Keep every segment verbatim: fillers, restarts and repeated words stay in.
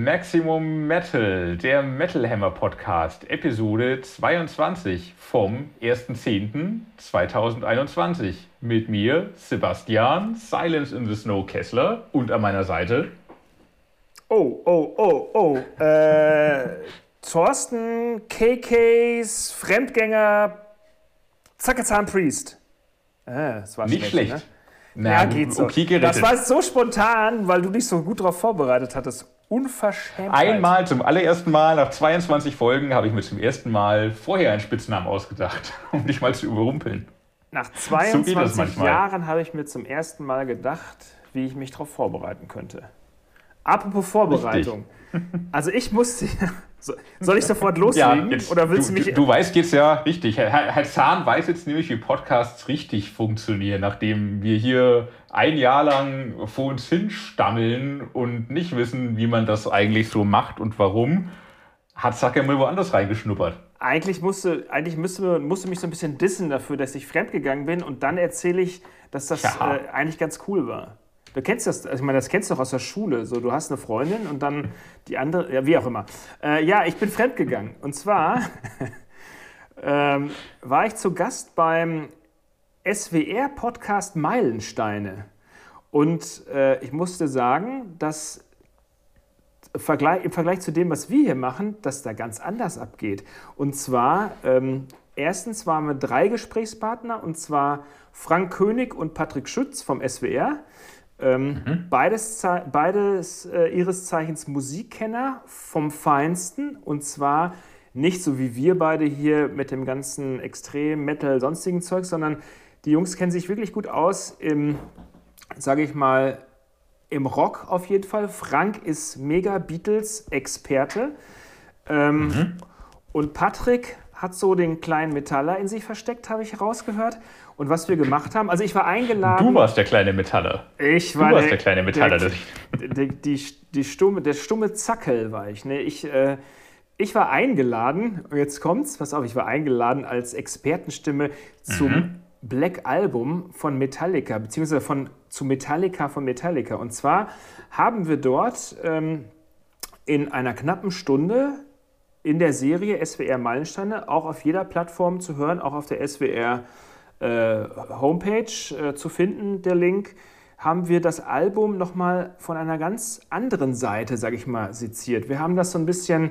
Maximum Metal, der Metal Hammer Podcast, Episode zweiundzwanzig vom erster zehnter zweitausendeinundzwanzig. Mit mir, Sebastian, Silence in the Snow Kessler, und an meiner Seite... Oh, oh, oh, oh, äh, Thorsten, K Ks, Fremdgänger, Zackazahn Priest. Äh, das war Nicht schlecht. Ne? Na, ja, geht so. Okay, gerettet. Das war so spontan, weil du dich so gut darauf vorbereitet hattest. Unverschämt. Einmal, zum allerersten Mal, nach zweiundzwanzig Folgen, habe ich mir zum ersten Mal vorher einen Spitznamen ausgedacht, um dich mal zu überrumpeln. Nach zweiundzwanzig so Jahren habe ich mir zum ersten Mal gedacht, wie ich mich darauf vorbereiten könnte. Apropos Vorbereitung. Richtig. Also ich musste... Soll ich sofort loslegen? Ja, jetzt, oder willst du, du mich... Du, du weißt jetzt ja richtig. Herr, Herr Zahn weiß jetzt nämlich, wie Podcasts richtig funktionieren, nachdem wir hier ein Jahr lang vor uns hinstammeln und nicht wissen, wie man das eigentlich so macht und warum, hat Zack mal woanders reingeschnuppert. Eigentlich musste, eigentlich müsste, musste mich so ein bisschen dissen dafür, dass ich fremdgegangen bin, und dann erzähle ich, dass das ja. äh, eigentlich ganz cool war. Du kennst das, also ich meine, das kennst du doch aus der Schule. So, du hast eine Freundin und dann die andere, ja, wie auch immer. Äh, ja, ich bin fremdgegangen. Und zwar ähm, war ich zu Gast beim S W R-Podcast Meilensteine. Und äh, ich musste sagen, dass im Vergleich, im Vergleich zu dem, was wir hier machen, dass da ganz anders abgeht. Und zwar, ähm, erstens waren wir drei Gesprächspartner, und zwar Frank König und Patrick Schütz vom S W R. Ähm, mhm. Beides, beides äh, ihres Zeichens Musikkenner vom Feinsten, und zwar nicht so wie wir beide hier mit dem ganzen Extrem, Metal, sonstigen Zeug, sondern die Jungs kennen sich wirklich gut aus im, sage ich mal, im Rock auf jeden Fall. Frank ist mega Beatles-Experte ähm, mhm. und Patrick hat so den kleinen Metaller in sich versteckt, habe ich herausgehört. Und was wir gemacht haben, also ich war eingeladen... Du warst der kleine Metaller. Ich war du warst der, der kleine Metaller. Der, die, die, die stumme, der stumme Zackel war ich. Ne? Ich, äh, ich war eingeladen, und jetzt kommt's, pass auf, ich war eingeladen als Expertenstimme zum mhm. Black Album von Metallica, beziehungsweise von, zu Metallica von Metallica. Und zwar haben wir dort ähm, in einer knappen Stunde in der Serie S W R Meilensteine, auch auf jeder Plattform zu hören, auch auf der S W R äh, Homepage äh, zu finden, der Link, haben wir das Album nochmal von einer ganz anderen Seite, sage ich mal, seziert. Wir haben das so ein bisschen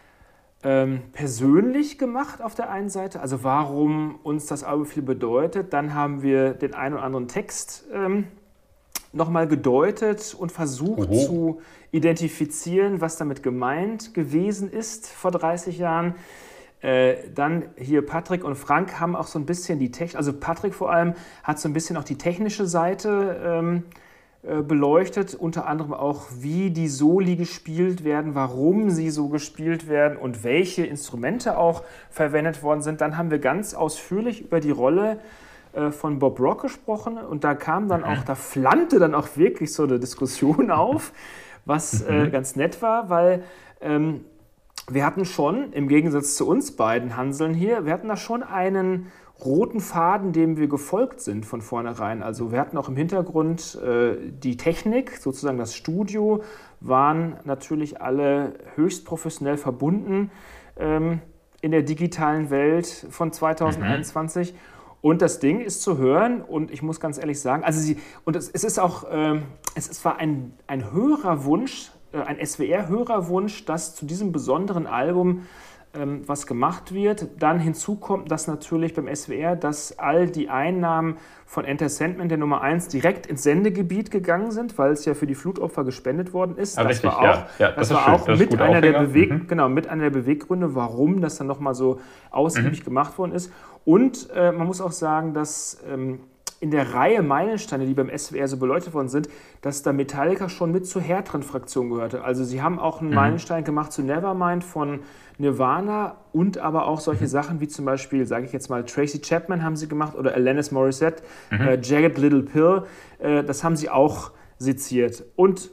ähm, persönlich gemacht auf der einen Seite, also warum uns das Album viel bedeutet. Dann haben wir den einen oder anderen Text ähm, nochmal gedeutet und versucht Oho. zu identifizieren, was damit gemeint gewesen ist vor dreißig Jahren. Äh, dann hier Patrick und Frank haben auch so ein bisschen die Technik, also Patrick vor allem hat so ein bisschen auch die technische Seite ähm, äh, beleuchtet, unter anderem auch, wie die Soli gespielt werden, warum sie so gespielt werden und welche Instrumente auch verwendet worden sind. Dann haben wir ganz ausführlich über die Rolle von Bob Rock gesprochen, und da kam dann auch, da flammte dann auch wirklich so eine Diskussion auf, was äh, ganz nett war, weil ähm, wir hatten schon, im Gegensatz zu uns beiden Hanseln hier, wir hatten da schon einen roten Faden, dem wir gefolgt sind von vornherein. Also wir hatten auch im Hintergrund äh, die Technik, sozusagen das Studio, waren natürlich alle höchst professionell verbunden ähm, in der digitalen Welt von zweitausendeinundzwanzig. Mhm. Und das Ding ist zu hören, und ich muss ganz ehrlich sagen, also sie, und es, es ist auch, ähm, es, es war ein, ein Hörerwunsch, äh, ein S W R-Hörerwunsch, dass zu diesem besonderen Album ähm, was gemacht wird. Dann hinzu kommt, dass natürlich beim S W R, dass all die Einnahmen von Enter Sandman, der Nummer eins, direkt ins Sendegebiet gegangen sind, weil es ja für die Flutopfer gespendet worden ist. Ja, das richtig, war auch, ja. Ja, das das war schön. auch das mit, einer der Beweg- mhm. genau, mit einer der Beweggründe, warum das dann nochmal so ausgiebig mhm. gemacht worden ist. Und äh, man muss auch sagen, dass ähm, in der Reihe Meilensteine, die beim S W R so beleuchtet worden sind, dass da Metallica schon mit zur härteren Fraktion gehörte. Also sie haben auch einen mhm. Meilenstein gemacht zu Nevermind von Nirvana, und aber auch solche mhm. Sachen wie zum Beispiel, sage ich jetzt mal, Tracy Chapman haben sie gemacht, oder Alanis Morissette, mhm. äh, Jagged Little Pill, äh, das haben sie auch seziert. Und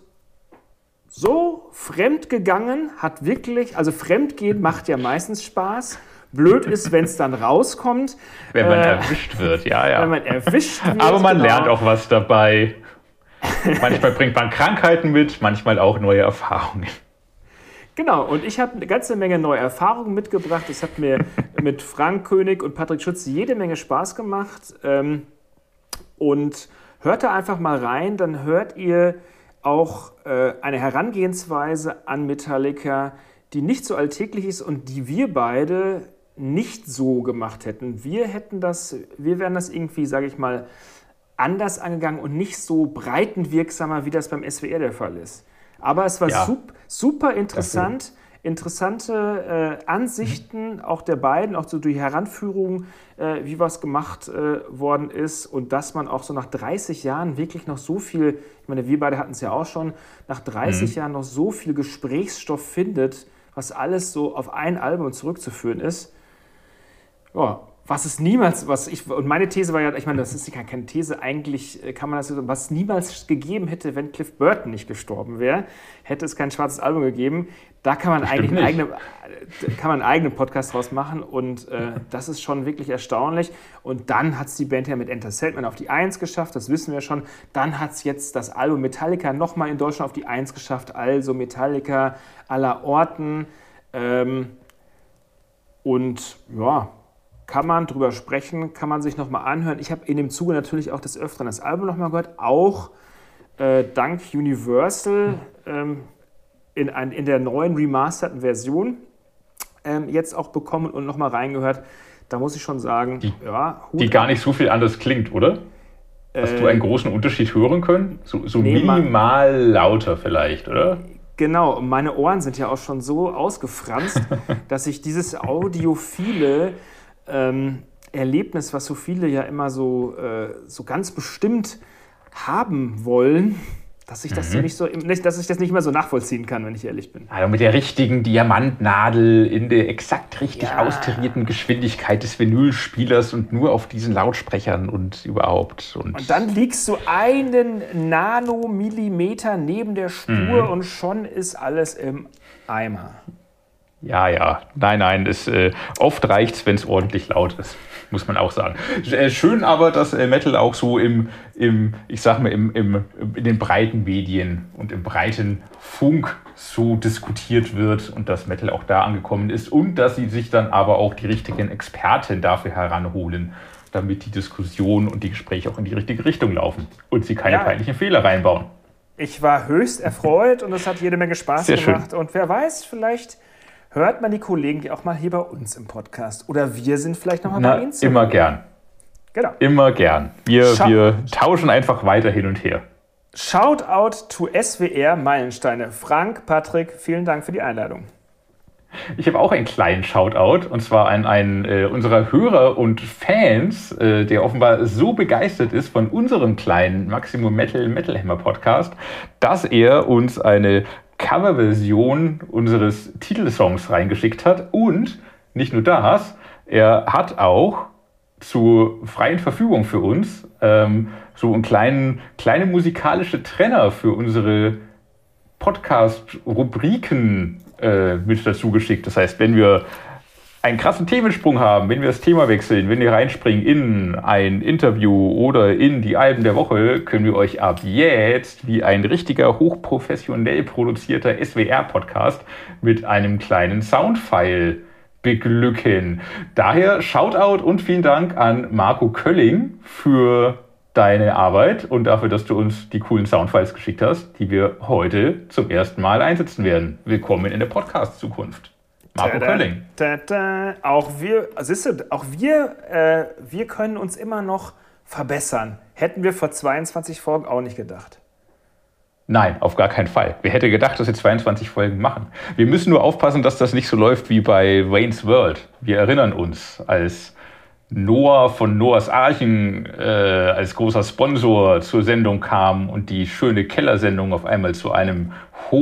so fremdgegangen hat wirklich, also Fremdgehen macht ja meistens Spaß. Blöd ist, wenn es dann rauskommt. Wenn man äh, erwischt wird, ja, ja. Wenn man erwischt wird. Aber man genau. lernt auch was dabei. Manchmal bringt man Krankheiten mit, manchmal auch neue Erfahrungen. Genau, und ich habe eine ganze Menge neue Erfahrungen mitgebracht. Es hat mir mit Frank König und Patrick Schütz jede Menge Spaß gemacht. Ähm, und hört da einfach mal rein, dann hört ihr auch äh, eine Herangehensweise an Metallica, die nicht so alltäglich ist und die wir beide nicht so gemacht hätten. Wir hätten das, wir wären das irgendwie, sage ich mal, anders angegangen und nicht so breitenwirksamer, wie das beim S W R der Fall ist. Aber es war ja. super, super interessant, interessante äh, Ansichten mhm. auch der beiden, auch so durch Heranführung, äh, wie was gemacht äh, worden ist und dass man auch so nach dreißig Jahren wirklich noch so viel, ich meine, wir beide hatten es ja auch schon, nach dreißig mhm. Jahren noch so viel Gesprächsstoff findet, was alles so auf ein Album zurückzuführen ist. Ja, was es niemals, was ich, und meine These war ja, ich meine, das ist ja keine These, eigentlich kann man das so, was niemals gegeben hätte, wenn Cliff Burton nicht gestorben wäre, hätte es kein schwarzes Album gegeben. Da kann man eigentlich einen eigenen, kann man einen eigenen Podcast draus machen und äh, das ist schon wirklich erstaunlich. Und dann hat es die Band ja mit Enter Sandman auf die Eins geschafft, das wissen wir schon. Dann hat es jetzt das Album Metallica nochmal in Deutschland auf die Eins geschafft, also Metallica aller Orten. Ähm, und ja, kann man drüber sprechen, kann man sich nochmal anhören. Ich habe in dem Zuge natürlich auch des Öfteren das Album nochmal gehört, auch äh, dank Universal ähm, in, ein, in der neuen remasterten Version ähm, jetzt auch bekommen und nochmal reingehört. Da muss ich schon sagen, die, ja, Hut die gar nicht so viel anders klingt, oder? Hast äh, du einen großen Unterschied hören können? So, so nee, minimal man, lauter vielleicht, oder? Genau, meine Ohren sind ja auch schon so ausgefranst, dass ich dieses audiophile Ähm, Erlebnis, was so viele ja immer so, äh, so ganz bestimmt haben wollen, dass ich, das mhm. so nicht so, nicht, dass ich das nicht mehr so nachvollziehen kann, wenn ich ehrlich bin. Also mit der richtigen Diamantnadel in der exakt richtig ja. austarierten Geschwindigkeit des Vinylspielers und nur auf diesen Lautsprechern und überhaupt. Und, und dann liegst du einen Nanomillimeter neben der Spur mhm. und schon ist alles im Eimer. Ja, ja, nein, nein, das, äh, oft reicht es, wenn es ordentlich laut ist, muss man auch sagen. Äh, schön aber, dass äh, Metal auch so im, im ich sag mal, im, im, in den breiten Medien und im breiten Funk so diskutiert wird und dass Metal auch da angekommen ist und dass sie sich dann aber auch die richtigen Experten dafür heranholen, damit die Diskussion und die Gespräche auch in die richtige Richtung laufen und sie keine ja. peinlichen Fehler reinbauen. Ich war höchst erfreut und es hat jede Menge Spaß Sehr gemacht schön. Und wer weiß, vielleicht hört man die Kollegen die auch mal hier bei uns im Podcast. Oder wir sind vielleicht noch mal Na, bei Ihnen. Immer gern. Genau. Immer gern. Wir, wir tauschen einfach weiter hin und her. Shoutout to S W R Meilensteine. Frank, Patrick, vielen Dank für die Einladung. Ich habe auch einen kleinen Shoutout, und zwar an einen äh, unserer Hörer und Fans, äh, der offenbar so begeistert ist von unserem kleinen Maximum Metal Metal Hammer Podcast, dass er uns eine Coverversion unseres Titelsongs reingeschickt hat. Und nicht nur das, er hat auch zur freien Verfügung für uns ähm, so einen kleinen, kleine musikalische Trenner für unsere Podcast-Rubriken äh, mit dazu geschickt. Das heißt, wenn wir einen krassen Themensprung haben, wenn wir das Thema wechseln, wenn wir reinspringen in ein Interview oder in die Alben der Woche, können wir euch ab jetzt wie ein richtiger, hochprofessionell produzierter S W R-Podcast mit einem kleinen Soundfile beglücken. Daher Shoutout und vielen Dank an Marco Kölling für deine Arbeit und dafür, dass du uns die coolen Soundfiles geschickt hast, die wir heute zum ersten Mal einsetzen werden. Willkommen in der Podcast-Zukunft. Marco Kölling. Da, da. Auch wir, siehst du, auch wir, äh, wir können uns immer noch verbessern. Hätten wir vor zweiundzwanzig Folgen auch nicht gedacht. Nein, auf gar keinen Fall. Wer hätte gedacht, dass wir zweiundzwanzig Folgen machen? Wir müssen nur aufpassen, dass das nicht so läuft wie bei Wayne's World. Wir erinnern uns, als Noah von Noahs Archen äh, als großer Sponsor zur Sendung kam und die schöne Kellersendung auf einmal zu einem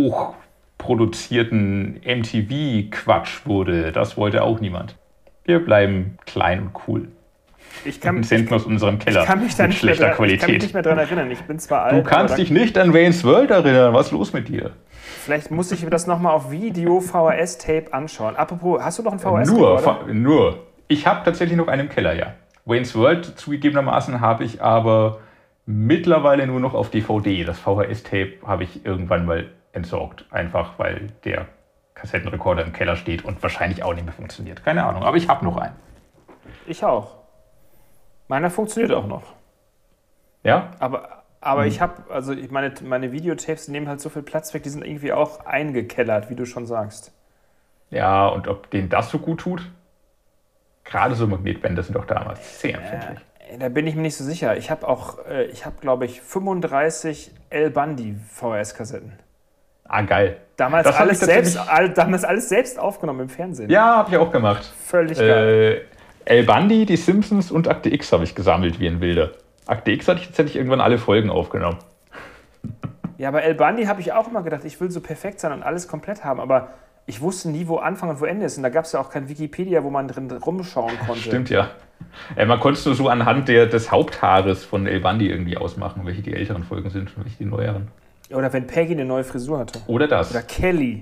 hochproduzierten M T V-Quatsch wurde. Das wollte auch niemand. Wir bleiben klein und cool. Ich kann, und senden aus unserem Keller ich kann mich da mit nicht schlechter mehr, Qualität. Ich kann mich nicht mehr daran erinnern. Ich bin zwar alt. Du kannst dich nicht an Wayne's World erinnern. Was ist los mit dir? Vielleicht muss ich mir das nochmal auf Video V H S-Tape anschauen. Apropos, hast du noch ein V H S-Tape? Nur, fa- nur. Ich habe tatsächlich noch einen im Keller, ja. Wayne's World zugegebenermaßen habe ich aber mittlerweile nur noch auf D V D. Das V H S-Tape habe ich irgendwann mal entsorgt. Einfach, weil der Kassettenrekorder im Keller steht und wahrscheinlich auch nicht mehr funktioniert. Keine Ahnung, aber ich habe noch einen. Ich auch. Meiner funktioniert auch noch. Ja? Aber, aber Mhm. ich habe, also ich meine, meine Videotapes die nehmen halt so viel Platz weg, die sind irgendwie auch eingekellert, wie du schon sagst. Ja, und ob denen das so gut tut? Gerade so Magnetbänder sind doch damals sehr empfindlich. Äh, da bin ich mir nicht so sicher. Ich habe auch, äh, ich habe glaube ich fünfunddreißig El Bandi V H S-Kassetten. Ah, geil. Damals Das hab alles, ich tatsächlich- selbst, all, damals alles selbst aufgenommen im Fernsehen. Ja, habe ich auch gemacht. Völlig geil. Äh, El Bandi, die Simpsons und Akte X habe ich gesammelt wie ein Wilder. Akte X hatte ich tatsächlich irgendwann alle Folgen aufgenommen. Ja, bei El Bandi habe ich auch immer gedacht, ich will so perfekt sein und alles komplett haben, aber ich wusste nie, wo Anfang und wo Ende ist. Und da gab es ja auch kein Wikipedia, wo man drin rumschauen konnte. Stimmt, ja. Äh, man konnte es nur so anhand der, des Haupthaares von El Bandi irgendwie ausmachen, welche die älteren Folgen sind und welche die neueren. Oder wenn Peggy eine neue Frisur hatte. Oder das. Oder Kelly.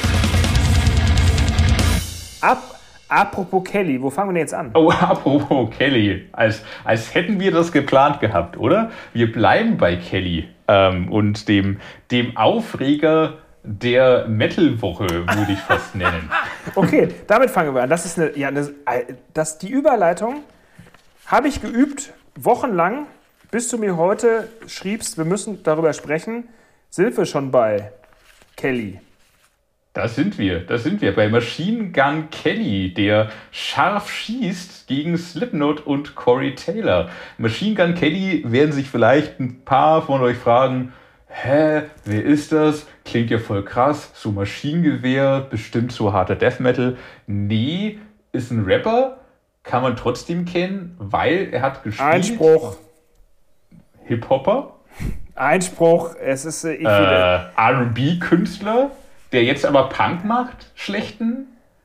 Ab, apropos Kelly, wo fangen wir denn jetzt an? Oh, apropos Kelly. Als, als hätten wir das geplant gehabt, oder? Wir bleiben bei Kelly ähm, und dem, dem Aufreger der Metal-Woche, würde ich fast nennen. Okay, damit fangen wir an. Das ist eine, ja, das, das, die Überleitung habe ich geübt, wochenlang, bis du mir heute schriebst, wir müssen darüber sprechen, sind wir schon bei Kelly. Da sind wir, da sind wir bei Machine Gun Kelly, der scharf schießt gegen Slipknot und Corey Taylor. Machine Gun Kelly werden sich vielleicht ein paar von euch fragen, hä, wer ist das? Klingt ja voll krass, so Maschinengewehr, bestimmt so harter Death Metal. Nee, ist ein Rapper, kann man trotzdem kennen, weil er hat gespielt. Einspruch. Hip-Hopper. Einspruch, es ist äh, ich Äh, wieder. R und B-Künstler, der jetzt aber Punk macht, schlechten.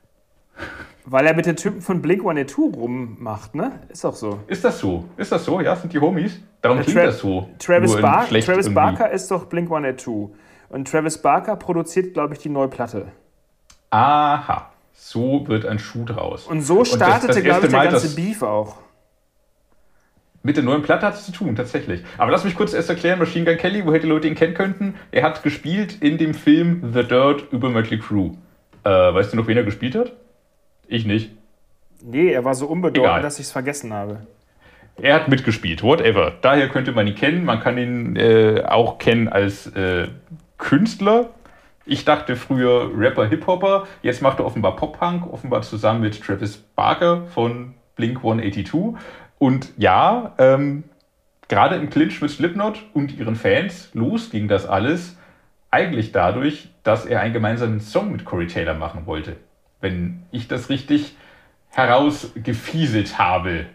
Weil er mit den Typen von Blink one eighty-two rummacht, ne? Ist doch so. Ist das so? Ist das so? Ja, sind die Homies? Darum Äh, klingt Tra- das so. Travis, Nur in Bar- schlecht Travis irgendwie. Barker ist doch Blink one eighty-two. Und Travis Barker produziert, glaube ich, die neue Platte. Aha, so wird ein Schuh draus. Und so das- startete, das glaube erste ich, der Mal, ganze dass- Beef auch. Mit der neuen Platte hat es zu tun, tatsächlich. Aber lass mich kurz erst erklären, Machine Gun Kelly, woher die Leute ihn kennen könnten. Er hat gespielt in dem Film The Dirt über Mötley Crüe. Äh, weißt du noch, wen er gespielt hat? Ich nicht. Nee, er war so unbedeutend, Egal. dass ich es vergessen habe. Er hat mitgespielt, whatever. Daher könnte man ihn kennen. Man kann ihn äh, auch kennen als äh, Künstler. Ich dachte früher Rapper, Hip-Hopper. Jetzt macht er offenbar Pop-Punk, offenbar zusammen mit Travis Barker von Blink one eighty-two. Und ja, ähm, gerade im Clinch mit Slipknot und ihren Fans, los ging das alles eigentlich dadurch, dass er einen gemeinsamen Song mit Corey Taylor machen wollte. Wenn ich das richtig herausgefieselt habe.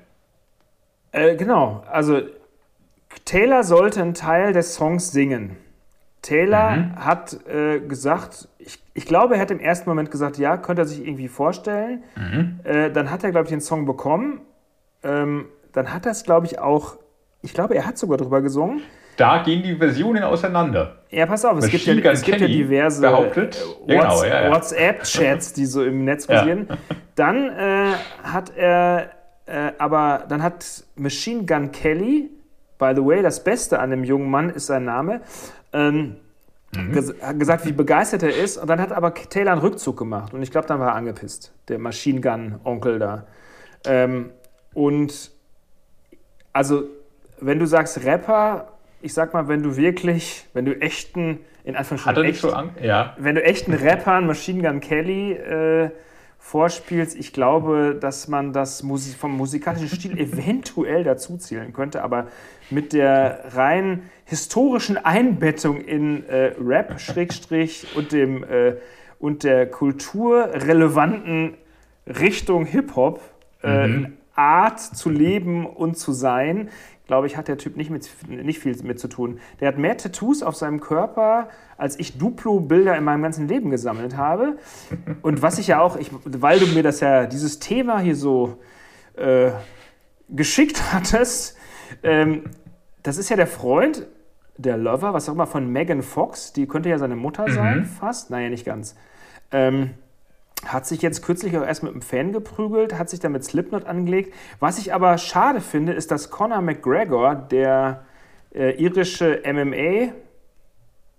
Äh, genau, also Taylor sollte einen Teil des Songs singen. Taylor Mhm. hat äh, gesagt, ich, ich glaube, er hat im ersten Moment gesagt, ja, könnte er sich irgendwie vorstellen. Mhm. Äh, dann hat er, glaube ich, den Song bekommen. Ähm, dann hat er es, glaube ich, auch, ich glaube, er hat sogar drüber gesungen. Da gehen die Versionen auseinander. Ja, pass auf, es gibt ja, Machine Gun es gibt ja Kelly diverse behauptet. äh, Ja, Whats- genau, ja, ja. WhatsApp-Chats, die so im Netz Ja. kursieren. Dann äh, hat er, äh, aber dann hat Machine Gun Kelly, by the way, das Beste an dem jungen Mann ist sein Name, ähm, Mhm. ges hat gesagt, wie begeistert er ist. Und dann hat aber Taylor einen Rückzug gemacht. Und ich glaube, dann war er angepisst, der Machine Gun-Onkel da. Ähm, und also, wenn du sagst Rapper, ich sag mal, wenn du wirklich, wenn du echten, in Hat Anführungsstrichen, er nicht echt, so Angst? Ja. wenn du echten Rappern Machine Gun Kelly äh, vorspielst, ich glaube, dass man das Musi vom musikalischen Stil eventuell dazu zählen könnte, aber mit der rein historischen Einbettung in äh, Rap, Schrägstrich, und, dem, äh, und der kulturrelevanten Richtung Hip-Hop, äh, Mhm. Art zu leben und zu sein, glaube ich, hat der Typ nicht, mit, nicht viel mit zu tun. Der hat mehr Tattoos auf seinem Körper, als ich Duplo-Bilder in meinem ganzen Leben gesammelt habe. Und was ich ja auch, ich, weil du mir das ja, dieses Thema hier so äh, geschickt hattest, ähm, das ist ja der Freund, der Lover, was auch immer, von Megan Fox, die könnte ja seine Mutter sein, fast, naja, nicht ganz. Ähm, hat sich jetzt kürzlich auch erst mit einem Fan geprügelt, hat sich dann mit Slipknot angelegt. Was ich aber schade finde, ist, dass Conor McGregor, der äh, irische M M A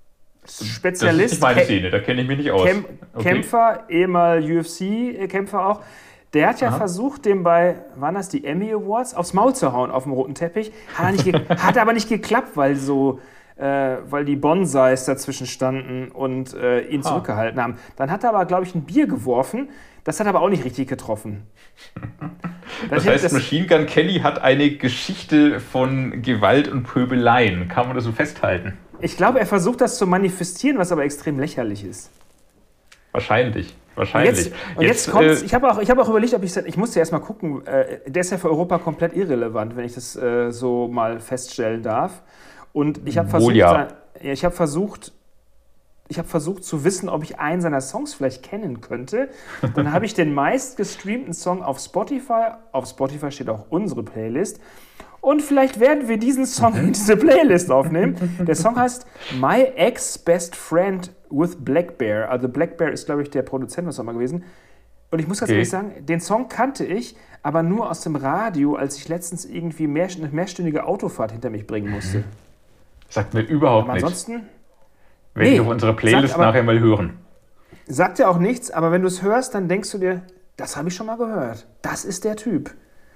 Spezialist. Das ist nicht meine Szene, da kenne ich mich nicht aus. Kämp okay. Kämpfer, ehemal U F C-Kämpfer auch. Der hat ja Aha. versucht, dem bei, waren das die Emmy Awards, aufs Maul zu hauen auf dem roten Teppich. Hat, er nicht hat aber nicht geklappt, weil so, äh, weil die Bonsais dazwischen standen und äh, ihn ah. zurückgehalten haben. Dann hat er aber, glaube ich, ein Bier geworfen. Das hat aber auch nicht richtig getroffen. Das, das heißt, das Machine Gun Kelly hat eine Geschichte von Gewalt und Pöbeleien. Kann man das so festhalten? Ich glaube, er versucht das zu manifestieren, was aber extrem lächerlich ist. Wahrscheinlich. Wahrscheinlich. Und jetzt, und jetzt, jetzt kommt's, äh, ich habe auch, hab auch überlegt, ob ich, ich musste erst mal gucken, äh, der ist ja für Europa komplett irrelevant, wenn ich das äh, so mal feststellen darf. Und ich habe versucht, ja. ich habe versucht, ich habe versucht zu wissen, ob ich einen seiner Songs vielleicht kennen könnte. Dann habe ich den meist gestreamten Song auf Spotify, auf Spotify steht auch unsere Playlist, und vielleicht werden wir diesen Song in diese Playlist aufnehmen. Der Song heißt My Ex Best Friend with Black Bear. Also Black Bear ist, glaube ich, der Produzent, was auch mal gewesen. Und ich muss ganz okay. ehrlich sagen, den Song kannte ich, aber nur aus dem Radio, als ich letztens irgendwie mehr, eine mehrstündige Autofahrt hinter mich bringen musste. Sagt mir überhaupt aber nichts. Ansonsten Wenn nee, ich auf unsere Playlist aber, nachher mal hören. Sagt ja auch nichts, aber wenn du es hörst, dann denkst du dir, das habe ich schon mal gehört. Das ist der Typ.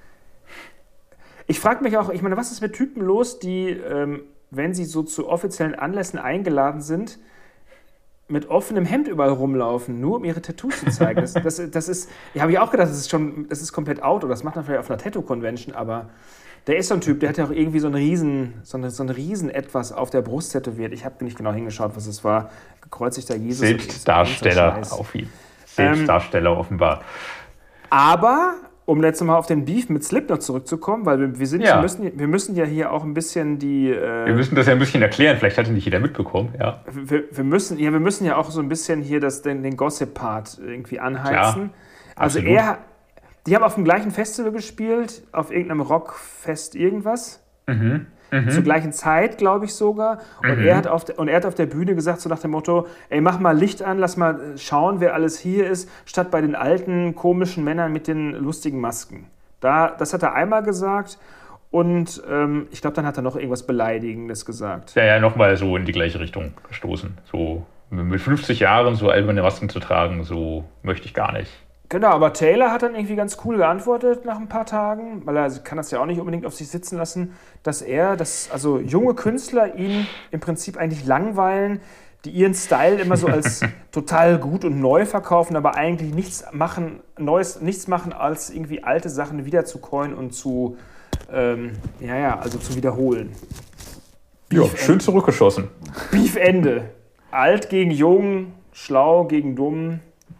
Ich frage mich auch, ich meine, was ist mit Typen los, die, ähm, wenn sie so zu offiziellen Anlässen eingeladen sind, mit offenem Hemd überall rumlaufen, nur um ihre Tattoos zu zeigen. Das, das, das ist, ja, habe ich auch gedacht, das ist schon, das ist komplett out, oder das macht man vielleicht auf einer Tattoo-Convention, aber der ist so ein Typ, der hat ja auch irgendwie so ein Riesen, so eine, so ein Riesen etwas auf der Brust tätowiert. Ich habe nicht genau hingeschaut, was es war. Gekreuzigter Jesus. Selbstdarsteller auf ihn. Selbstdarsteller ähm, offenbar. Aber um letztes Mal auf den Beef mit Slipknot zurückzukommen, weil wir, wir, sind, ja. wir, müssen, wir müssen ja hier auch ein bisschen die... Äh, wir müssen das ja ein bisschen erklären, vielleicht hat ihn nicht jeder mitbekommen. Ja. Wir, wir, müssen, ja, wir müssen ja auch so ein bisschen hier das, den, den Gossip-Part irgendwie anheizen. Ja, also er, die haben auf dem gleichen Festival gespielt, auf irgendeinem Rockfest irgendwas. Mhm. Mhm. Zur gleichen Zeit, glaube ich sogar. Und, mhm. er hat auf de, und er hat auf der Bühne gesagt, so nach dem Motto, ey, mach mal Licht an, lass mal schauen, wer alles hier ist, statt bei den alten, komischen Männern mit den lustigen Masken. Da, das hat er einmal gesagt und ähm, ich glaube, dann hat er noch irgendwas Beleidigendes gesagt. Ja, ja, nochmal so in die gleiche Richtung gestoßen. So mit fünfzig Jahren so alberne Masken zu tragen, so möchte ich gar nicht. Genau, aber Taylor hat dann irgendwie ganz cool geantwortet nach ein paar Tagen, weil er kann das ja auch nicht unbedingt auf sich sitzen lassen, dass er, dass also junge Künstler ihn im Prinzip eigentlich langweilen, die ihren Style immer so als total gut und neu verkaufen, aber eigentlich nichts machen, Neues, nichts machen, als irgendwie alte Sachen wieder zu coinen und zu, ähm, ja, ja, also zu wiederholen. Ja, schön zurückgeschossen. Beef Ende. Alt gegen jung, schlau gegen dumm.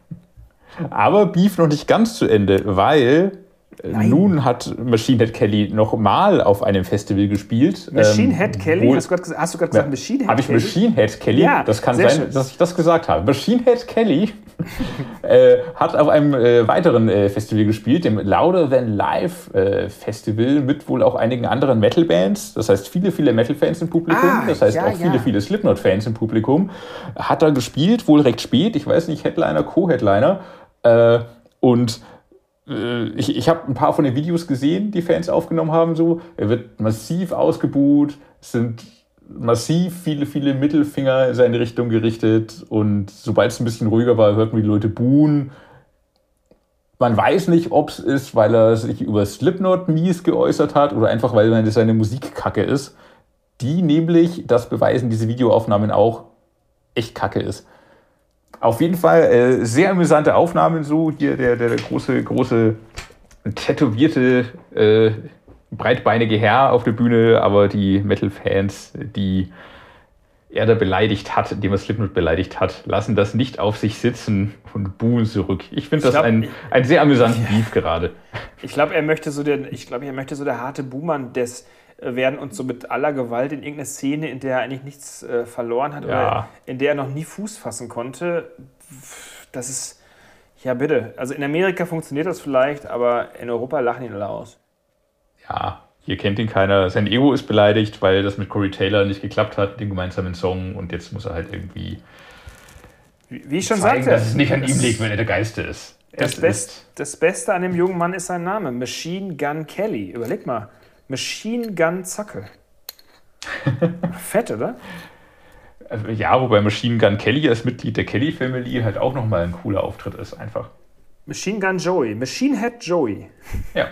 Aber Beef noch nicht ganz zu Ende, weil Nein. nun hat Machine Head Kelly nochmal auf einem Festival gespielt. Machine ähm, Head Kelly? Hast du gerade hast du gesagt ja, Machine Head hab Kelly? Habe ich Machine Head Kelly? Ja, das kann sein, schön. Dass ich das gesagt habe. Machine Head Kelly äh, hat auf einem äh, weiteren äh, Festival gespielt, dem Louder Than Live äh, Festival, mit wohl auch einigen anderen Metal-Bands. Das heißt, viele, viele Metal-Fans im Publikum. Ah, das heißt, ja, auch viele, ja. viele Slipknot-Fans im Publikum. Hat er gespielt, wohl recht spät. Ich weiß nicht, Headliner, Co-Headliner. Äh, und äh, ich, ich habe ein paar von den Videos gesehen, die Fans aufgenommen haben. So. Er wird massiv ausgebuht, es sind massiv viele, viele Mittelfinger in seine Richtung gerichtet. Und sobald es ein bisschen ruhiger war, hört man die Leute buhen. Man weiß nicht, ob es ist, weil er sich über Slipknot mies geäußert hat oder einfach, weil seine Musik kacke ist. Die nämlich, das beweisen diese Videoaufnahmen auch, echt kacke ist. Auf jeden Fall äh, sehr amüsante Aufnahmen, so hier der, der, der große, große, tätowierte, äh, breitbeinige Herr auf der Bühne, aber die Metal-Fans, die er da beleidigt hat, indem er Slipknot beleidigt hat, lassen das nicht auf sich sitzen und buhen zurück. Ich finde das glaub, ein, ein sehr amüsanten Beef gerade. Ich glaube, er möchte so der, ich glaube, er möchte so der harte Buhmann des werden und so mit aller Gewalt in irgendeine Szene, in der er eigentlich nichts äh, verloren hat, ja. oder in der er noch nie Fuß fassen konnte. Das ist, ja bitte, also in Amerika funktioniert das vielleicht, aber in Europa lachen ihn alle aus. Ja, hier kennt ihn keiner. Sein Ego ist beleidigt, weil das mit Corey Taylor nicht geklappt hat, den gemeinsamen Song, und jetzt muss er halt irgendwie wie, wie ich schon zeigen, sagte, dass es nicht an ihm liegt, wenn er der Geiste ist. Das, Best, das Beste an dem jungen Mann ist sein Name, Machine Gun Kelly. Überleg mal. Machine Gun Zacke. Fett, oder? Ja, wobei Machine Gun Kelly als Mitglied der Kelly Family halt auch nochmal ein cooler Auftritt ist, einfach. Machine Gun Joey, Machine Head Joey. Ja.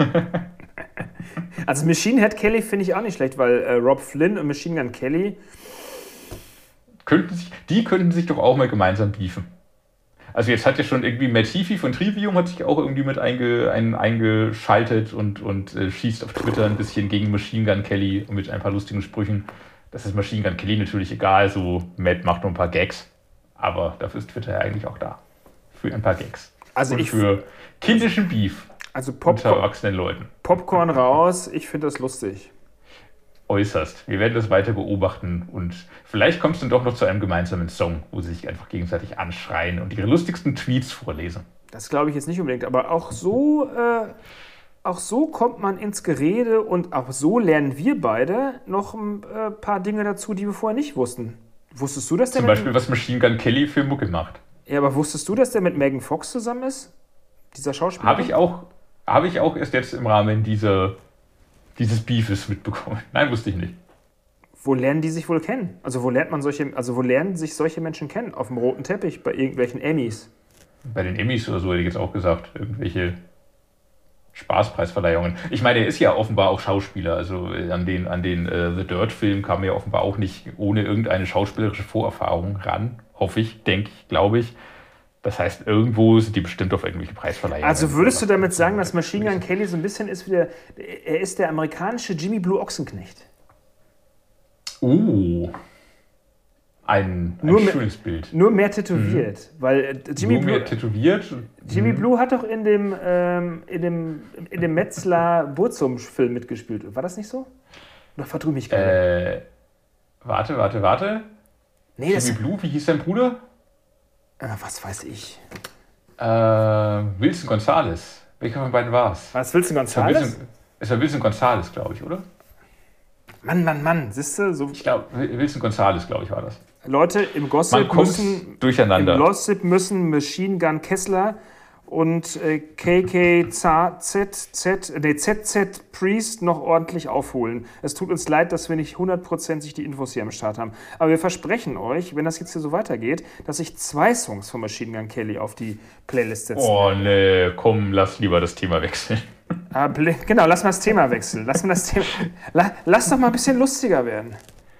Also Machine Head Kelly finde ich auch nicht schlecht, weil äh, Rob Flynn und Machine Gun Kelly... Könnten sich, die könnten sich doch auch mal gemeinsam beefen. Also jetzt hat ja schon irgendwie Matt Heafy von Trivium hat sich auch irgendwie mit einge, ein, eingeschaltet und, und äh, schießt auf Twitter ein bisschen gegen Machine Gun Kelly mit ein paar lustigen Sprüchen. Das ist Machine Gun Kelly natürlich egal, so Matt macht nur ein paar Gags. Aber dafür ist Twitter ja eigentlich auch da. Für ein paar Gags. Also und ich für kindischen Beef also unter Popcorn, erwachsenen Leuten. Popcorn raus, ich finde das lustig. Äußerst. Wir werden das weiter beobachten und vielleicht kommt es dann doch noch zu einem gemeinsamen Song, wo sie sich einfach gegenseitig anschreien und ihre lustigsten Tweets vorlesen. Das glaube ich jetzt nicht unbedingt, aber auch so, äh, auch so kommt man ins Gerede und auch so lernen wir beide noch ein äh, paar Dinge dazu, die wir vorher nicht wussten. Wusstest du, dass der Zum mit, Beispiel, was Machine Gun Kelly für Mucke macht. Ja, aber wusstest du, dass der mit Megan Fox zusammen ist? Dieser Schauspieler? Habe ich auch, habe ich auch erst jetzt im Rahmen dieser, dieses Beefes mitbekommen. Nein, wusste ich nicht. Wo lernen die sich wohl kennen? Also wo lernt man solche, also wo lernen sich solche Menschen kennen? Auf dem roten Teppich, bei irgendwelchen Emmys? Bei den Emmys oder so hätte ich jetzt auch gesagt. Irgendwelche Spaßpreisverleihungen. Ich meine, er ist ja offenbar auch Schauspieler. Also an den, an den uh, The Dirt-Film kam er ja offenbar auch nicht ohne irgendeine schauspielerische Vorerfahrung ran. Hoffe ich, denke ich, glaube ich. Das heißt, irgendwo sind die bestimmt auf irgendwelche Preisverleihungen. Also würdest du damit sagen, dass Machine Gun Kelly so ein bisschen ist wie der, er ist der amerikanische Jimmy Blue Ochsenknecht? Oh, ein, ein nur schönes mehr, Bild. Nur mehr tätowiert. Mhm. Weil äh, Jimmy nur Blue, mehr tätowiert? Jimmy mhm. Blue hat doch in dem, ähm, in dem, in dem Metzler-Burzum-Film mitgespielt. War das nicht so? Oder verdrübe ich gerade? Äh, warte, warte, warte. Nee, Jimmy das, Blue, wie hieß dein Bruder? Äh, was weiß ich. Äh, Wilson Gonzalez. Welcher von beiden war es? Was, Wilson Gonzalez? Es war Wilson Gonzalez, glaube ich, oder? Mann, Mann, Mann, siehst du? So ich glaube, Wilson Gonzalez, glaube ich, war das. Leute, im Gossip, müssen, durcheinander. im Gossip müssen Machine Gun Kessler und äh, K K Z Z, nee, Z Z Priest noch ordentlich aufholen. Es tut uns leid, dass wir nicht hundertprozentig die Infos hier am Start haben. Aber wir versprechen euch, wenn das jetzt hier so weitergeht, dass ich zwei Songs von Machine Gun Kelly auf die Playlist setze. Oh nee, komm, lass lieber das Thema wechseln. Ah, genau, lass mal das Thema wechseln. Lass, mal das Thema, la, lass doch mal ein bisschen lustiger werden.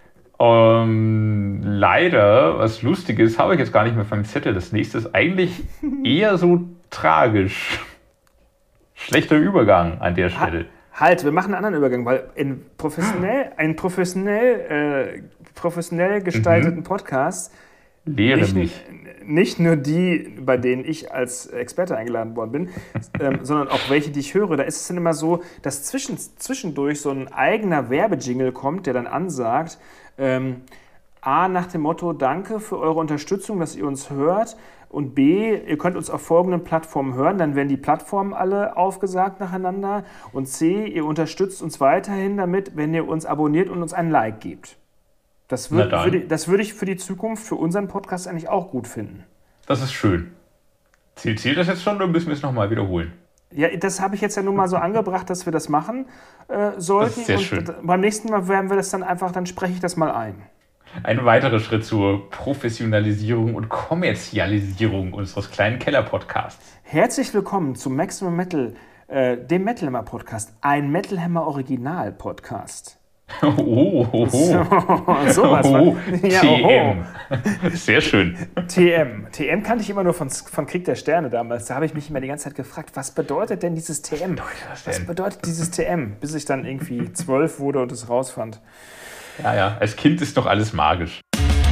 Um, leider, was Lustiges, habe ich jetzt gar nicht mehr vom Zettel. Das nächste ist eigentlich eher so tragisch. Schlechter Übergang an der Stelle. Halt, wir machen einen anderen Übergang, weil in professionell, ein professionell, äh, professionell gestalteten mhm. Podcast Lehre nicht, mich. nicht nur die, bei denen ich als Experte eingeladen worden bin, ähm, sondern auch welche, die ich höre. Da ist es dann immer so, dass zwischen, zwischendurch so ein eigener Werbejingle kommt, der dann ansagt, ähm, A, nach dem Motto, danke für eure Unterstützung, dass ihr uns hört, und B, ihr könnt uns auf folgenden Plattformen hören, dann werden die Plattformen alle aufgesagt nacheinander, und C, ihr unterstützt uns weiterhin damit, wenn ihr uns abonniert und uns ein Like gebt. Das, würd, würde, das würde ich für die Zukunft, für unseren Podcast eigentlich auch gut finden. Das ist schön. Zählt, zählt das jetzt schon oder müssen wir es nochmal wiederholen? Ja, das habe ich jetzt ja nun mal so angebracht, dass wir das machen äh, sollten. Das ist sehr und schön. Beim nächsten Mal werden wir das dann einfach, dann spreche ich das mal ein. Ein weiterer Schritt zur Professionalisierung und Kommerzialisierung unseres kleinen Keller-Podcasts. Herzlich willkommen zu Maximum Metal, äh, dem Metal Hammer Podcast, ein Metal Hammer Original Podcast. Oh, oh, oh. So, sowas. Oh, ja, T M. Sehr schön. T M. T M kannte ich immer nur von, von Krieg der Sterne damals. Da habe ich mich immer die ganze Zeit gefragt, was bedeutet denn dieses T M? Was, was bedeutet dieses T M? Bis ich dann irgendwie zwölf wurde und es rausfand. Ja, ja, als Kind ist doch alles magisch.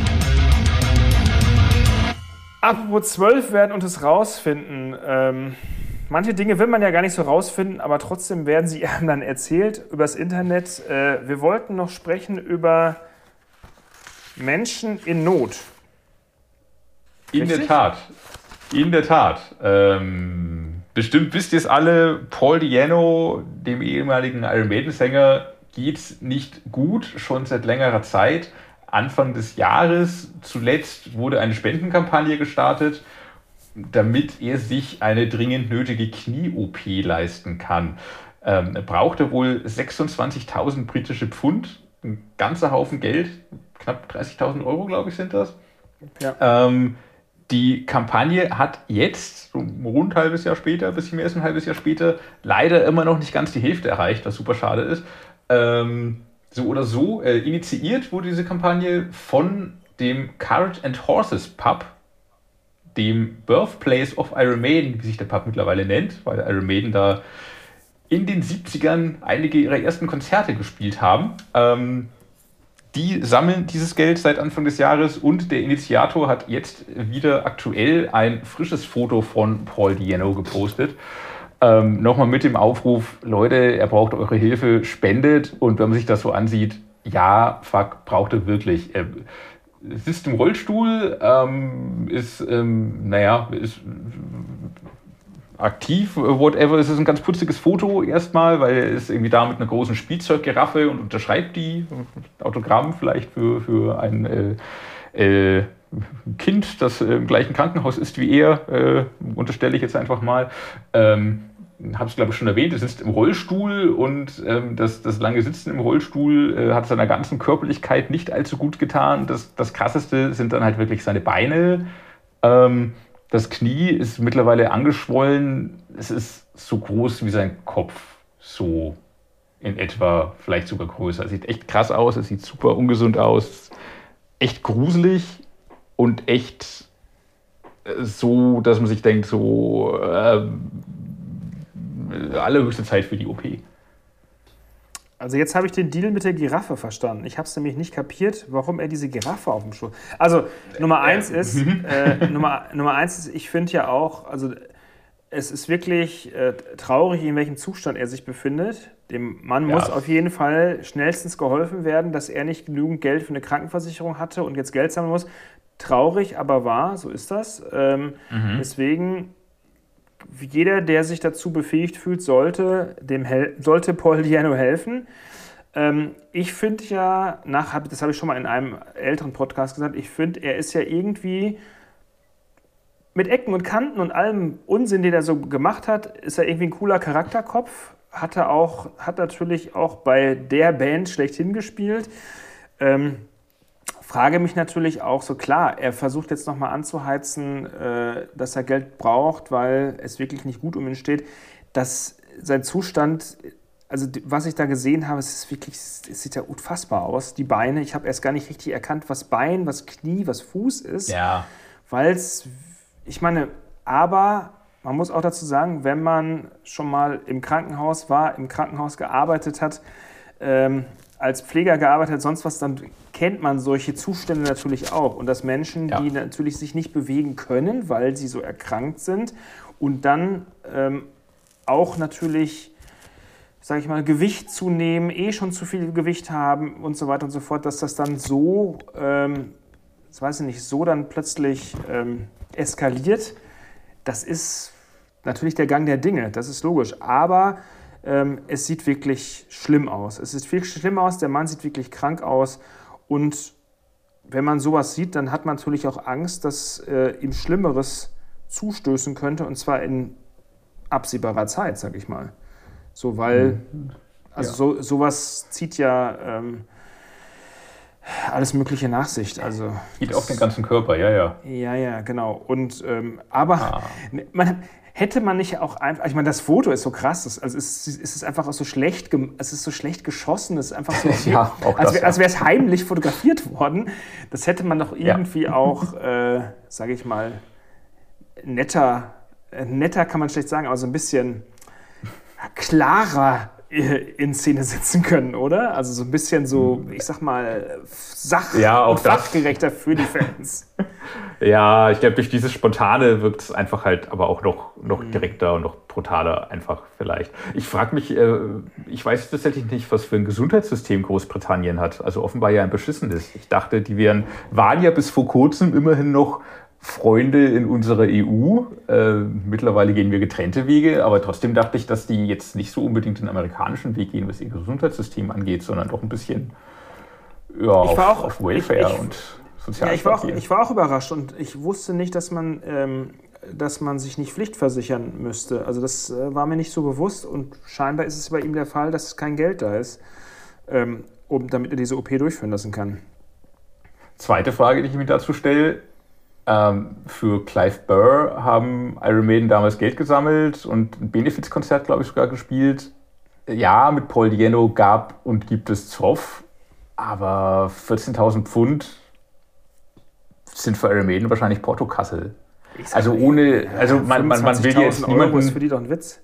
Apropos zwölf werden und es rausfinden. Ähm, manche Dinge will man ja gar nicht so rausfinden, aber trotzdem werden sie einem dann erzählt übers Internet. Äh, wir wollten noch sprechen über Menschen in Not. In Richtig? der Tat. In der Tat. Ähm, bestimmt wisst ihr es alle, Paul Di'Anno, dem ehemaligen Iron Maiden-Sänger, geht's nicht gut, schon seit längerer Zeit. Anfang des Jahres zuletzt wurde eine Spendenkampagne gestartet, damit er sich eine dringend nötige Knie-O P leisten kann. Ähm, er brauchte wohl sechsundzwanzigtausend britische Pfund, ein ganzer Haufen Geld, knapp dreißigtausend Euro, glaube ich, sind das. Ja. Ähm, die Kampagne hat jetzt, so rund ein halbes Jahr später, ein bisschen mehr als ein halbes Jahr später, leider immer noch nicht ganz die Hälfte erreicht, was super schade ist. Ähm, so oder so, äh, initiiert wurde diese Kampagne von dem Carrot and Horses Pub, dem Birthplace of Iron Maiden, wie sich der Pub mittlerweile nennt, weil Iron Maiden da in den siebzigern einige ihrer ersten Konzerte gespielt haben. Ähm, die sammeln dieses Geld seit Anfang des Jahres und der Initiator hat jetzt wieder aktuell ein frisches Foto von Paul Di'Anno gepostet. Ähm, nochmal mit dem Aufruf, Leute, er braucht eure Hilfe, spendet. Und wenn man sich das so ansieht, ja, fuck, braucht er wirklich. Er sitzt im Rollstuhl, ähm, ist, ähm, naja, ist aktiv, whatever. Es ist ein ganz putziges Foto erstmal, weil er ist irgendwie da mit einer großen Spielzeuggiraffe und unterschreibt die. Autogramm vielleicht für, für ein äh, äh, Kind, das im gleichen Krankenhaus ist wie er, äh, unterstelle ich jetzt einfach mal. Ähm, habe es, glaube ich, schon erwähnt, er sitzt im Rollstuhl und ähm, das, das lange Sitzen im Rollstuhl äh, hat seiner ganzen Körperlichkeit nicht allzu gut getan. Das, das Krasseste sind dann halt wirklich seine Beine. Ähm, das Knie ist mittlerweile angeschwollen. Es ist so groß wie sein Kopf, so in etwa, vielleicht sogar größer. Es sieht echt krass aus, es sieht super ungesund aus, echt gruselig und echt so, dass man sich denkt, so äh, allerhöchste Zeit für die O P. Also jetzt habe ich den Deal mit der Giraffe verstanden. Ich habe es nämlich nicht kapiert, warum er diese Giraffe auf dem Schoß... Also Nummer eins ist, äh, Nummer, Nummer eins ist, ich finde ja auch, also es ist wirklich äh, traurig, in welchem Zustand er sich befindet. Dem Mann Ja. muss auf jeden Fall schnellstens geholfen werden, dass er nicht genügend Geld für eine Krankenversicherung hatte und jetzt Geld sammeln muss. Traurig, aber wahr, so ist das. Ähm, Mhm. Deswegen... Jeder, der sich dazu befähigt fühlt, sollte, dem hel- sollte Paul Di'Anno helfen. Ähm, ich finde ja, nach, das habe ich schon mal in einem älteren Podcast gesagt, ich finde, er ist ja irgendwie mit Ecken und Kanten und allem Unsinn, den er so gemacht hat, ist er irgendwie ein cooler Charakterkopf. Hat er auch, hat natürlich auch bei der Band schlechthin gespielt. Ähm, Frage mich natürlich auch so, klar, er versucht jetzt nochmal anzuheizen, äh, dass er Geld braucht, weil es wirklich nicht gut um ihn steht. Dass sein Zustand, also was ich da gesehen habe, es ist wirklich, es sieht ja unfassbar aus. Die Beine, ich habe erst gar nicht richtig erkannt, was Bein, was Knie, was Fuß ist. Ja. Weil es, ich meine, aber man muss auch dazu sagen, wenn man schon mal im Krankenhaus war, im Krankenhaus gearbeitet hat, ähm, als Pfleger gearbeitet hat, sonst was, dann kennt man solche Zustände natürlich auch. Und dass Menschen, Ja. die natürlich sich nicht bewegen können, weil sie so erkrankt sind und dann ähm, auch natürlich, sage ich mal, Gewicht zunehmen, eh schon zu viel Gewicht haben und so weiter und so fort, dass das dann so, ähm, das weiß ich nicht, so dann plötzlich ähm, eskaliert, das ist natürlich der Gang der Dinge, das ist logisch. Aber ähm, es sieht wirklich schlimm aus. Es sieht wirklich schlimm aus, der Mann sieht wirklich krank aus. Und wenn man sowas sieht, dann hat man natürlich auch Angst, dass äh, ihm Schlimmeres zustößen könnte, und zwar in absehbarer Zeit, sag ich mal. So, weil, also Ja. so, sowas zieht ja ähm, alles Mögliche nach sich. Also, Geht auf den ganzen Körper, ja, ja. ja, ja, genau. Und, ähm, aber Ah. man, hätte man nicht auch einfach, ich meine, das Foto ist so krass, das, also es, ist- es ist einfach auch so schlecht, gem- es ist so schlecht geschossen, es ist einfach so, Ja, auch als, das, wär- ja. als wäre es heimlich fotografiert worden. Das hätte man doch Ja. irgendwie auch, äh, sage ich mal, netter, äh, netter kann man schlecht sagen, aber so ein bisschen klarer äh, in Szene setzen können, oder? Also so ein bisschen so, ich sag mal, sach- Ja, auch und das. fachgerechter für die Fans. Ja, ich glaube, durch dieses Spontane wirkt es einfach halt aber auch noch, noch direkter und noch brutaler einfach vielleicht. Ich frage mich, äh, ich weiß tatsächlich nicht, was für ein Gesundheitssystem Großbritannien hat. Also offenbar ja ein beschissenes. Ich dachte, die wären, waren ja bis vor kurzem immerhin noch Freunde in unserer E U. Äh, mittlerweile gehen wir getrennte Wege, aber trotzdem dachte ich, dass die jetzt nicht so unbedingt den amerikanischen Weg gehen, was ihr Gesundheitssystem angeht, sondern doch ein bisschen ja, Ich auf, war auch- auf Welfare ich- ich- und Ja, Sozialstaat ich war, auch, gehen. ich war auch überrascht und ich wusste nicht, dass man, ähm, dass man sich nicht pflichtversichern müsste. Also das äh, war mir nicht so bewusst und scheinbar ist es bei ihm der Fall, dass kein Geld da ist, ähm, um, damit er diese O P durchführen lassen kann. Zweite Frage, die ich mir dazu stelle. Ähm, für Clive Burr haben Iron Maiden damals Geld gesammelt und ein Benefizkonzert, glaube ich, sogar gespielt. Ja, mit Paul Di'Anno gab und gibt es Zoff, aber vierzehntausend Pfund sind für Iron Maiden wahrscheinlich Portokasse. Also ohne, ja, also man, man, man will jetzt niemanden... Euro ist für die doch ein Witz.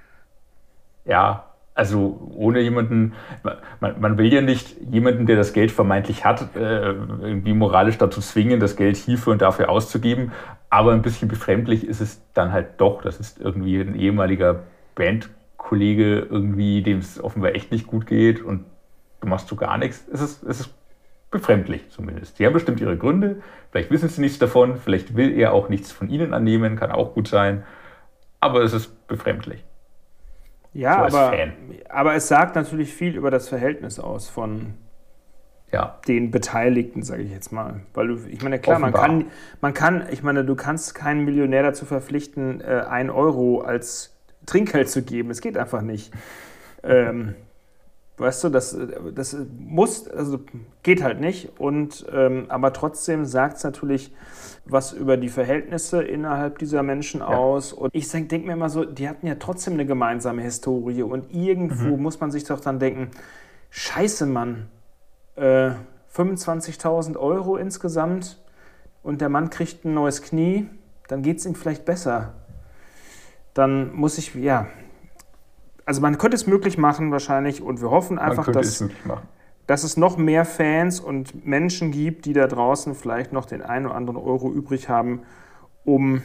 Ja, also ohne jemanden, man, man will ja nicht jemanden, der das Geld vermeintlich hat, äh, irgendwie moralisch dazu zwingen, das Geld hierfür und dafür auszugeben, aber ein bisschen befremdlich ist es dann halt doch. Das ist irgendwie ein ehemaliger Bandkollege, irgendwie, dem es offenbar echt nicht gut geht und du machst so gar nichts. Es ist, es ist befremdlich zumindest. Sie haben bestimmt ihre Gründe, vielleicht wissen sie nichts davon, vielleicht will er auch nichts von ihnen annehmen, kann auch gut sein, aber es ist befremdlich. Ja, so aber, aber es sagt natürlich viel über das Verhältnis aus von ja. den Beteiligten, sage ich jetzt mal. Weil du, ich meine, klar, man kann, man kann, ich meine, du kannst keinen Millionär dazu verpflichten, äh, ein Euro als Trinkgeld zu geben. Es geht einfach nicht. ähm, weißt du, das, das muss, also geht halt nicht. Und, ähm, aber trotzdem sagt es natürlich was über die Verhältnisse innerhalb dieser Menschen ja. aus. Und ich denke denk mir immer so, die hatten ja trotzdem eine gemeinsame Historie. Und irgendwo mhm. muss man sich doch dann denken, scheiße, Mann, äh, fünfundzwanzigtausend Euro insgesamt und der Mann kriegt ein neues Knie, dann geht es ihm vielleicht besser. Dann muss ich, ja, also man könnte es möglich machen wahrscheinlich und wir hoffen einfach, dass es möglich machen. dass es noch mehr Fans und Menschen gibt, die da draußen vielleicht noch den einen oder anderen Euro übrig haben, um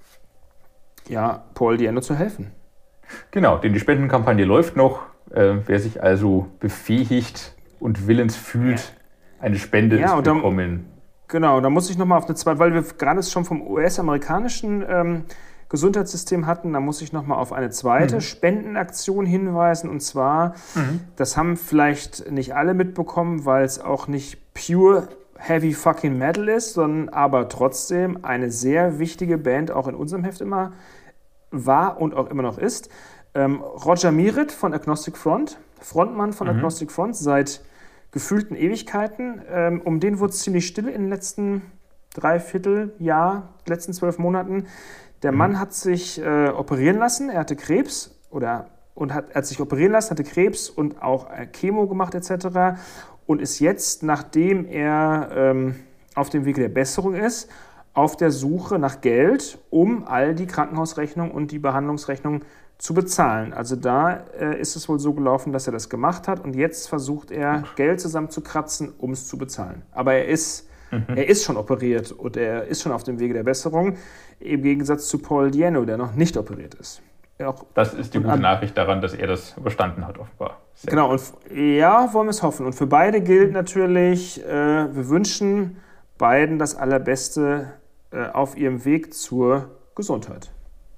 ja, Paul Di'Anno zu helfen. Genau, denn die Spendenkampagne läuft noch. Äh, wer sich also befähigt und willens fühlt, ja. eine Spende ja, zu bekommen. Genau, da muss ich nochmal auf eine zweite, weil wir gerade es schon vom U S-amerikanischen ähm, Gesundheitssystem hatten, da muss ich nochmal auf eine zweite mhm. Spendenaktion hinweisen. Und zwar, mhm. das haben vielleicht nicht alle mitbekommen, weil es auch nicht pure Heavy Fucking Metal ist, sondern aber trotzdem eine sehr wichtige Band auch in unserem Heft immer war und auch immer noch ist. Ähm, Roger Miret von Agnostic Front, Frontmann von mhm. Agnostic Front seit gefühlten Ewigkeiten. Ähm, um den wurde es ziemlich still in den letzten Dreivierteljahr, letzten zwölf Monaten. Der mhm. Mann hat sich äh, operieren lassen, er hatte Krebs oder und hat, er hat sich operieren lassen, hatte Krebs und auch äh, Chemo gemacht et cetera und ist jetzt, nachdem er ähm, auf dem Weg der Besserung ist, auf der Suche nach Geld, um all die Krankenhausrechnungen und die Behandlungsrechnungen zu bezahlen. Also da äh, ist es wohl so gelaufen, dass er das gemacht hat und jetzt versucht er, Geld zusammenzukratzen, um es zu bezahlen. Aber er ist, mhm. er ist schon operiert und er ist schon auf dem Wege der Besserung, im Gegensatz zu Paul Di'Anno, der noch nicht operiert ist. Auch, das ist die gute an, Nachricht daran, dass er das überstanden hat, offenbar. Sehr genau, und ja, wollen wir es hoffen. Und für beide gilt natürlich, äh, wir wünschen beiden das Allerbeste äh, auf ihrem Weg zur Gesundheit.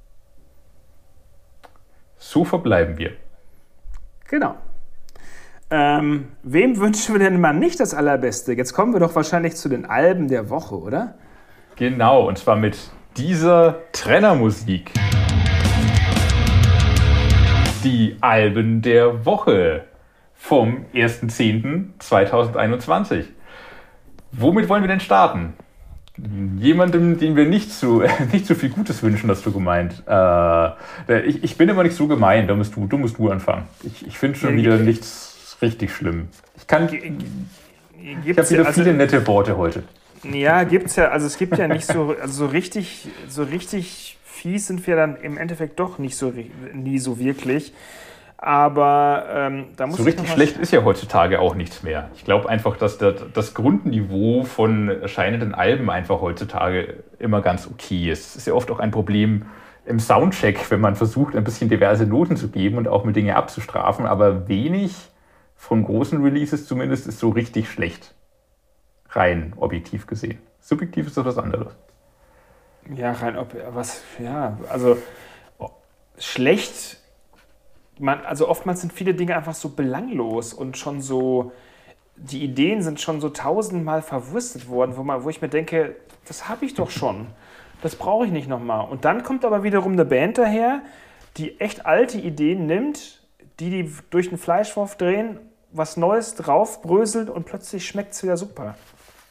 So verbleiben wir. Genau. Ähm, wem wünschen wir denn mal nicht das Allerbeste? Jetzt kommen wir doch wahrscheinlich zu den Alben der Woche, oder? Genau, und zwar mit dieser Trennermusik. Die Alben der Woche vom ersten zehnten zweitausendeinundzwanzig. Womit wollen wir denn starten? Jemandem, den wir nicht so, nicht so viel Gutes wünschen, hast du gemeint. Äh, ich, ich bin immer nicht so gemein, da musst du, du musst du anfangen. Ich, ich finde schon wieder nichts richtig schlimm. Ich kann, ich habe wieder viele nette Worte heute. Ja, gibt's ja, also es gibt ja nicht so, also so richtig, so richtig fies sind wir dann im Endeffekt doch nicht so, nie so wirklich. Aber ähm, da muss so richtig schlecht ist ja heutzutage auch nichts mehr. Ich glaube einfach, dass das, das Grundniveau von erscheinenden Alben einfach heutzutage immer ganz okay ist. Es ist ja oft auch ein Problem im Soundcheck, wenn man versucht, ein bisschen diverse Noten zu geben und auch mit Dinge abzustrafen. Aber wenig von großen Releases zumindest ist so richtig schlecht. Rein objektiv gesehen. Subjektiv ist das was anderes. Ja, rein ob was, ja, also schlecht. Man, also oftmals sind viele Dinge einfach so belanglos und schon so, die Ideen sind schon so tausendmal verwurstet worden, wo, man, wo ich mir denke, das habe ich doch schon, das brauche ich nicht nochmal. Und dann kommt aber wiederum eine Band daher, die echt alte Ideen nimmt, die die durch den Fleischwurf drehen, was Neues draufbröselt und plötzlich schmeckt es wieder super.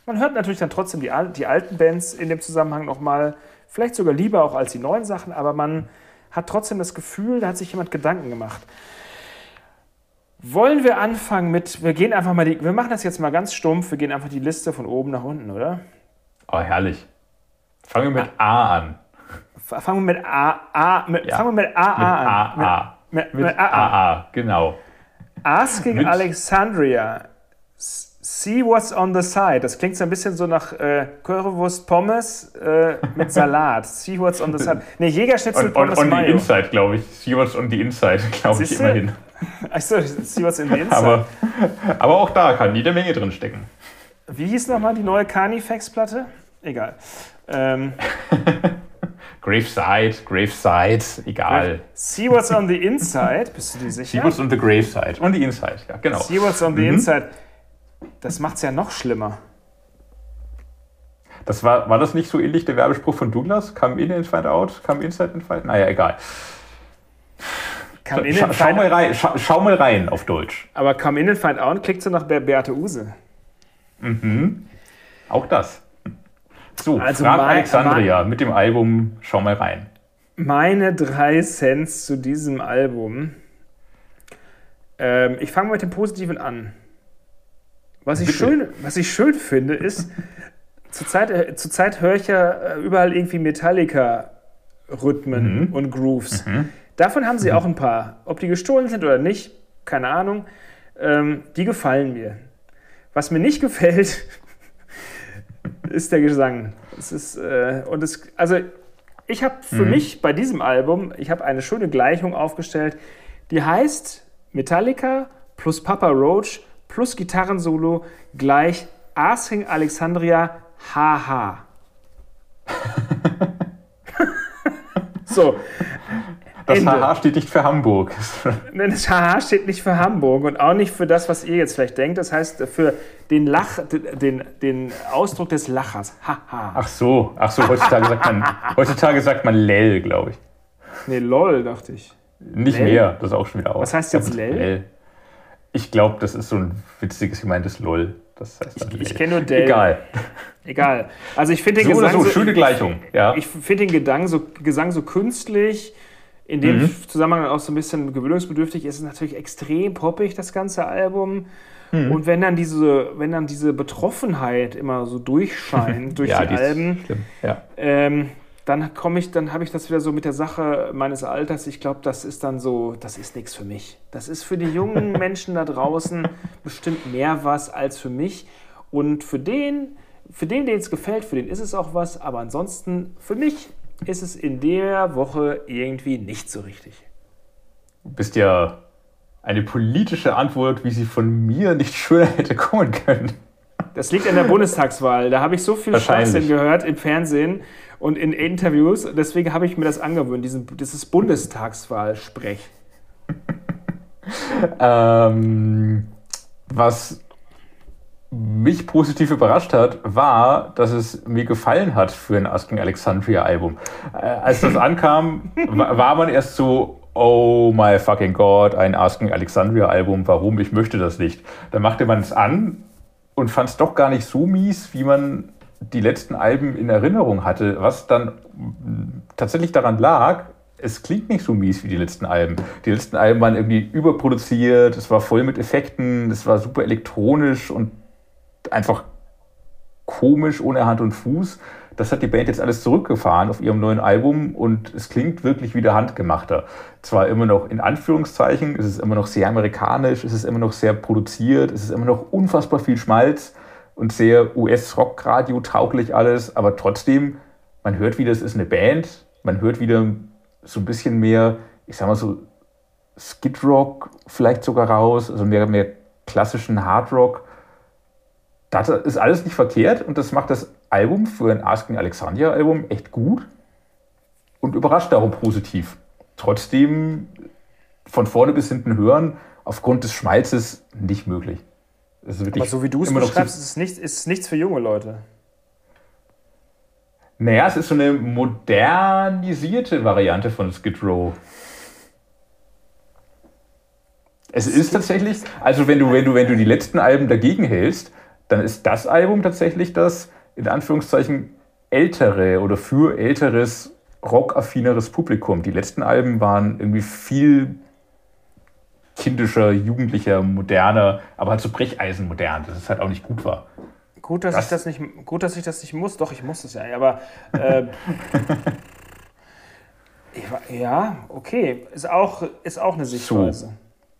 Man hört natürlich dann trotzdem die, die alten Bands in dem Zusammenhang nochmal, vielleicht sogar lieber auch als die neuen Sachen, aber man hat trotzdem das Gefühl, da hat sich jemand Gedanken gemacht. Wollen wir anfangen mit, wir gehen einfach mal die, wir machen das jetzt mal ganz stumpf, wir gehen einfach die Liste von oben nach unten, oder? Oh, herrlich. Fangen wir mit A an. Fangen wir mit A, A, mit, Ja. fangen wir mit A, A Mit an. A A. Mit, mit, Mit mit A, A. A A, genau. Asking Mit- Alexandria, see what's on the side. Das klingt so ein bisschen so nach äh, Currywurst Pommes äh, mit Salat. See what's on the side. Ne, Jägerschnitzel Und, und, Pommes und die Mayo. Inside, glaube ich. See what's on the Inside, glaube ich, Siehste? immerhin. Achso, see what's in the inside. Aber, aber auch da kann jede Menge drin stecken. Wie hieß nochmal die neue Carnifex-Platte? Egal. Ähm, Graveside, Graveside, egal. see what's on the inside. Bist du dir See sicher? what's on the Graveside. Und die Inside, ja, genau. See what's on the Mhm. inside. Das macht's ja noch schlimmer. Das war, war das nicht so ähnlich der Werbespruch von Douglas? Come in and find out? Come inside and find? Naja, egal. Come in Scha and schau, find, mal rein, scha schau mal rein auf Deutsch. aber come in and find out klingt so nach Be Beate Use. Mhm. Auch das. So, Also Frag mein- Alexandria mit dem Album Schau mal rein. Meine drei Cents zu diesem Album. Ähm, ich fange mit dem Positiven an. Was ich, Bitte. schön, was ich schön finde, ist, zurzeit, äh, zurzeit höre ich ja äh, überall irgendwie Metallica-Rhythmen Mhm. und Grooves. Davon haben sie auch ein paar. Ob die gestohlen sind oder nicht, keine Ahnung. Ähm, die gefallen mir. Was mir nicht gefällt, ist der Gesang. Es ist, äh, und es, also ich habe für Mhm. mich bei diesem Album, ich habe eine schöne Gleichung aufgestellt, die heißt Metallica plus Papa Roach plus Gitarrensolo gleich Asking Alexandria Haha. So, Das Ende. Haha steht nicht für Hamburg. Nein, das Haha steht nicht für Hamburg und auch nicht für das, was ihr jetzt vielleicht denkt. Das heißt für den Lach, den, den Ausdruck des Lachers. Haha. Ach so, ach so, heutzutage sagt man, heutzutage sagt man Lell, glaube ich. Nee, lol, dachte ich. Nicht Lell? mehr, das ist auch schon wieder aus. Was heißt Ich glaub, jetzt das ist Lell? Ich glaube, das ist so ein witziges gemeintes LOL. Das heißt dann Ich Lell. kenne nur Dell. Egal. Egal. Also ich finde den So oder Gesang so, schöne Gleichung. Ja. Ich finde den Gesang so, Gesang so künstlich. In dem Mhm. Zusammenhang auch so ein bisschen gewöhnungsbedürftig ist es natürlich extrem poppig, das ganze Album. Mhm. Und wenn dann diese, wenn dann diese Betroffenheit immer so durchscheint durch ja, die ist Alben, schlimm. Ja. ähm, dann komme ich, dann habe ich das wieder so mit der Sache meines Alters. Ich glaube, das ist dann so, das ist nichts für mich. Das ist für die jungen Menschen da draußen bestimmt mehr was als für mich. Und für den, für den, den es gefällt, für den ist es auch was. Aber ansonsten, für mich ist es in der Woche irgendwie nicht so richtig. Du bist ja eine politische Antwort, wie sie von mir nicht schöner hätte kommen können. Das liegt an der Bundestagswahl. Da habe ich so viel Wahrscheinlich. Schwachsinn gehört im Fernsehen und in Interviews. Deswegen habe ich mir das angewöhnt, diesen, dieses Bundestagswahlsprech. Ähm, was mich positiv überrascht hat, war, dass es mir gefallen hat für ein Asking Alexandria Album. Äh, als das ankam, wa- war man erst so, oh my fucking God, ein Asking Alexandria Album, warum? Ich möchte das nicht. Dann machte man es an und fand es doch gar nicht so mies, wie man die letzten Alben in Erinnerung hatte, was dann mm, tatsächlich daran lag, es klingt nicht so mies wie die letzten Alben. Die letzten Alben waren irgendwie überproduziert, es war voll mit Effekten, es war super elektronisch und einfach komisch, ohne Hand und Fuß. Das hat die Band jetzt alles zurückgefahren auf ihrem neuen Album und es klingt wirklich wieder handgemachter. Zwar immer noch in Anführungszeichen, es ist immer noch sehr amerikanisch, es ist immer noch sehr produziert, es ist immer noch unfassbar viel Schmalz und sehr U S-Rock-Radio tauglich alles, aber trotzdem, man hört wieder, es ist eine Band, man hört wieder so ein bisschen mehr, ich sag mal so, Skid Rock vielleicht sogar raus, also mehr, mehr klassischen Hard Rock. Das ist alles nicht verkehrt und das macht das Album für ein Asking Alexandria Album echt gut und überrascht darum positiv. Trotzdem von vorne bis hinten hören, aufgrund des Schmalzes nicht möglich. Es ist wirklich Aber so wie du es immer noch beschreibst, zu- ist es, nicht, ist es nichts für junge Leute. Naja, es ist so eine modernisierte Variante von Skid Row. Es ist tatsächlich, also wenn du, wenn du, wenn du die letzten Alben dagegen hältst, dann ist das Album tatsächlich das, in Anführungszeichen, ältere oder für älteres, rockaffineres Publikum. Die letzten Alben waren irgendwie viel kindischer, jugendlicher, moderner, aber halt so Brecheisen modern, dass es halt auch nicht gut war. Gut, dass, das ich, das nicht, gut, dass ich das nicht muss. Doch, ich muss das ja. Aber äh, ja, okay. Ist auch, ist auch eine Sichtweise. So.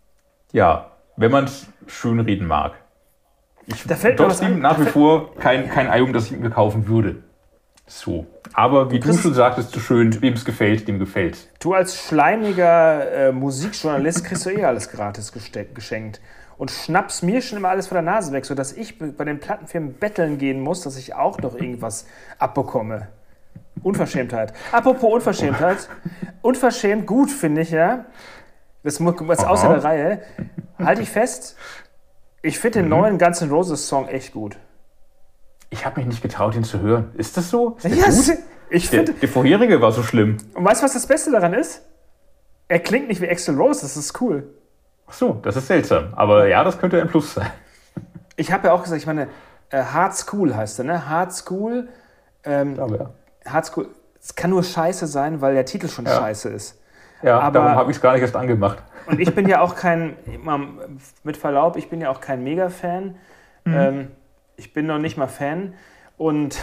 Ja, wenn man es schön reden mag. Ich da fällt mir was an, nach wie vor kein, kein Album, das ich mir kaufen würde. So. Aber wie du, du schon sagtest, so schön, wem es gefällt, dem gefällt. Du als schleimiger äh, Musikjournalist kriegst du eh alles gratis geste- geschenkt. Und schnappst mir schon immer alles vor der Nase weg, sodass ich bei den Plattenfirmen betteln gehen muss, dass ich auch noch irgendwas abbekomme. Unverschämtheit. Apropos Unverschämtheit. Unverschämt gut, finde ich, ja. Das ist außer der Reihe. Halte ich fest, ich finde den mhm. neuen Guns N' Roses Song echt gut. Ich habe mich nicht getraut, ihn zu hören. Ist das so? Ist der yes. gut? Ich der, der vorherige war so schlimm. Und weißt du, was das Beste daran ist? Er klingt nicht wie Axl Rose, das ist cool. Ach so, das ist seltsam. Aber ja, das könnte ein Plus sein. Ich habe ja auch gesagt, ich meine, äh, Hard School heißt er, ne? Hard School. Ähm, ich glaube, ja. Hard School. Es kann nur scheiße sein, weil der Titel schon ja. scheiße ist. Ja, aber, darum habe ich es gar nicht erst angemacht. Und ich bin ja auch kein, mit Verlaub, ich bin ja auch kein Mega-Fan. Mhm. Ähm, ich bin noch nicht mal Fan. Und,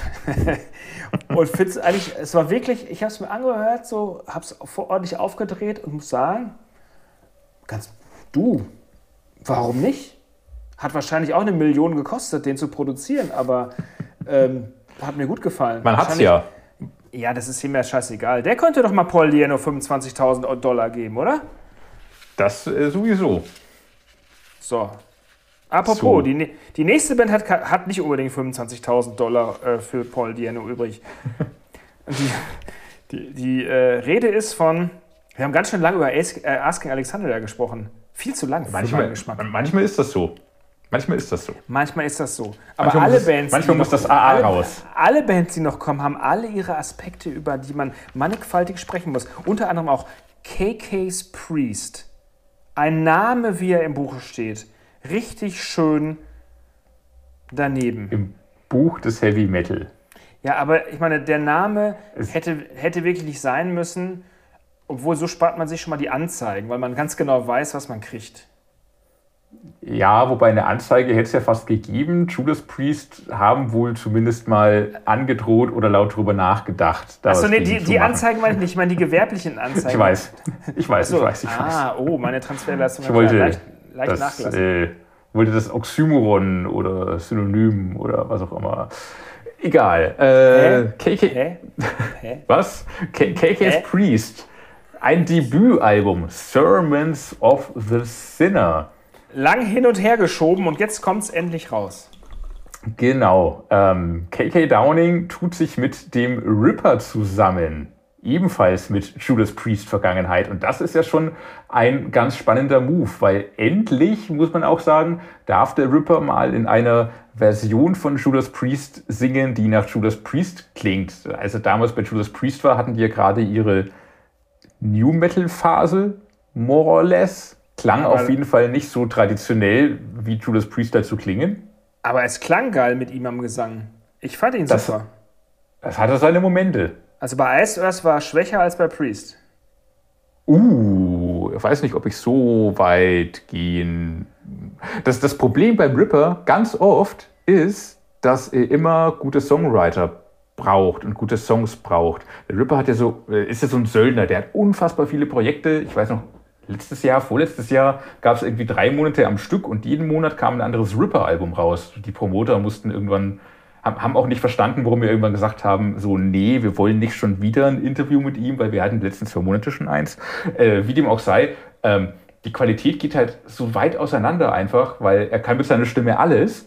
und finde es eigentlich, es war wirklich, ich habe es mir angehört, so, habe es ordentlich aufgedreht und muss sagen, ganz, du, warum nicht? Hat wahrscheinlich auch eine Million gekostet, den zu produzieren, aber ähm, hat mir gut gefallen. Man hat es ja. Ja, das ist ihm ja scheißegal. Der könnte doch mal Paul Diano fünfundzwanzigtausend Dollar geben, oder? Das äh, sowieso. So. Apropos, so. die, die nächste Band hat, hat nicht unbedingt fünfundzwanzigtausend Dollar äh, für Paul Diano übrig. die die, die äh, Rede ist von, wir haben ganz schön lange über As, äh, Asking Alexandria gesprochen. Viel zu lang für meinen Geschmack. Manchmal ist das so. Manchmal ist das so. Manchmal ist das so. Aber manchmal alle muss, Bands, manchmal muss noch, das A A alle, raus. Alle Bands, die noch kommen, haben alle ihre Aspekte, über die man mannigfaltig sprechen muss. Unter anderem auch K K's Priest. Ein Name, wie er im Buche steht. Richtig schön daneben. Im Buch des Heavy Metal. Ja, aber ich meine, der Name hätte, hätte wirklich nicht sein müssen. Obwohl, so spart man sich schon mal die Anzeigen, weil man ganz genau weiß, was man kriegt. Ja, wobei eine Anzeige hätte es ja fast gegeben. Judas Priest haben wohl zumindest mal angedroht oder laut darüber nachgedacht. Achso, nee, die, die Anzeigen meine ich nicht, ich meine die gewerblichen Anzeigen. Ich weiß, ich weiß, so, ich weiß, ich weiß. Ah, oh, meine Transferleistung ich wollte leicht, leicht das, nachgelassen. Äh, wollte das Oxymoron oder Synonym oder was auch immer. Egal. Äh, K K Hä? Hä? Was? K K's Priest. Ein Debütalbum. Sermons of the Sinner. Lang hin und her geschoben und jetzt kommt es endlich raus. Genau. Ähm, K K Downing tut sich mit dem Ripper zusammen. Ebenfalls mit Judas Priest Vergangenheit. Und das ist ja schon ein ganz spannender Move, weil endlich, muss man auch sagen, darf der Ripper mal in einer Version von Judas Priest singen, die nach Judas Priest klingt. Als er damals bei Judas Priest war, hatten die ja gerade ihre New Metal Phase, more or less. Klang aber auf jeden Fall nicht so traditionell, wie Judas Priest dazu klingen. Aber es klang geil mit ihm am Gesang. Ich fand ihn das, super. Das hatte seine Momente. Also bei Ice Earth war er schwächer als bei Priest. Uh, ich weiß nicht, ob ich so weit gehen... Das, das Problem beim Ripper ganz oft ist, dass er immer gute Songwriter braucht und gute Songs braucht. Der Ripper hat ja so, ist ja so ein Söldner, der hat unfassbar viele Projekte. Ich weiß noch, letztes Jahr, vorletztes Jahr gab es irgendwie drei Monate am Stück und jeden Monat kam ein anderes Ripper-Album raus. Die Promoter mussten irgendwann, haben auch nicht verstanden, warum wir irgendwann gesagt haben, so, nee, wir wollen nicht schon wieder ein Interview mit ihm, weil wir hatten die letzten zwei Monate schon eins. Äh, wie dem auch sei, ähm, die Qualität geht halt so weit auseinander einfach, weil er kann mit seiner Stimme alles,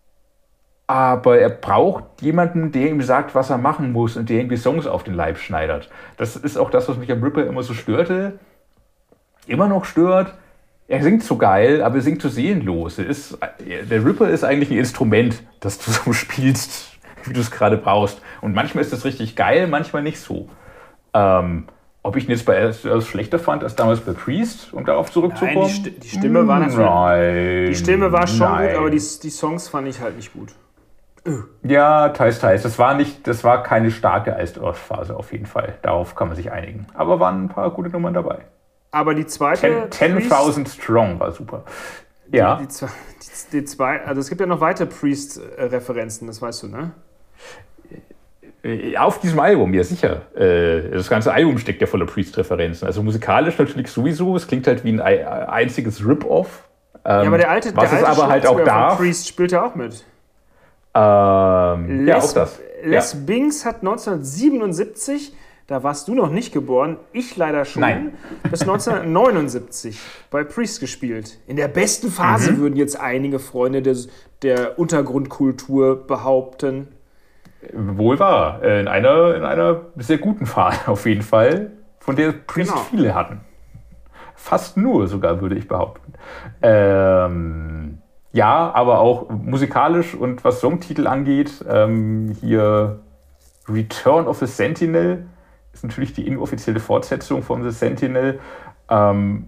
aber er braucht jemanden, der ihm sagt, was er machen muss und der ihm die Songs auf den Leib schneidert. Das ist auch das, was mich am Ripper immer so störte, immer noch stört. Er singt so geil, aber er singt so seelenlos. Er ist, der Ripper ist eigentlich ein Instrument, das du so spielst, wie du es gerade brauchst. Und manchmal ist das richtig geil, manchmal nicht so. Ähm, Ob ich ihn jetzt bei äh, schlechter fand als damals bei Priest, um darauf zurückzukommen? Nein, die, St- die Stimme war natürlich. Nein. Die Stimme war schon nein. gut, aber die, die Songs fand ich halt nicht gut. Ja, teils, teils. Das war, nicht, das war keine starke Iced Earth-Phase auf jeden Fall. Darauf kann man sich einigen. Aber waren ein paar gute Nummern dabei. Aber die zweite. zehntausend Strong war super. Ja. Die, die, zwei, die, die zwei, also es gibt ja noch weitere Priest-Referenzen, das weißt du, ne? Auf diesem Album, ja sicher. Das ganze Album steckt ja voller Priest-Referenzen. Also musikalisch natürlich sowieso. Es klingt halt wie ein einziges Rip-Off. Ja, aber der alte, was der es alte aber halt auch darf. Priest spielt ja auch mit. Ähm, Les, ja, auch das. Les ja. Binks hat neunzehnhundertsiebenundsiebzig, da warst du noch nicht geboren, ich leider schon, Nein. bis neunzehnhundertneunundsiebzig bei Priest gespielt. In der besten Phase, mhm. würden jetzt einige Freunde des, der Untergrundkultur behaupten. Wohl wahr. In einer, in einer sehr guten Phase auf jeden Fall, von der Priest genau. viele hatten. Fast nur sogar, würde ich behaupten. Ähm, ja, aber auch musikalisch und was Songtitel angeht, ähm, hier Return of the Sentinel ist natürlich die inoffizielle Fortsetzung von The Sentinel. Ähm,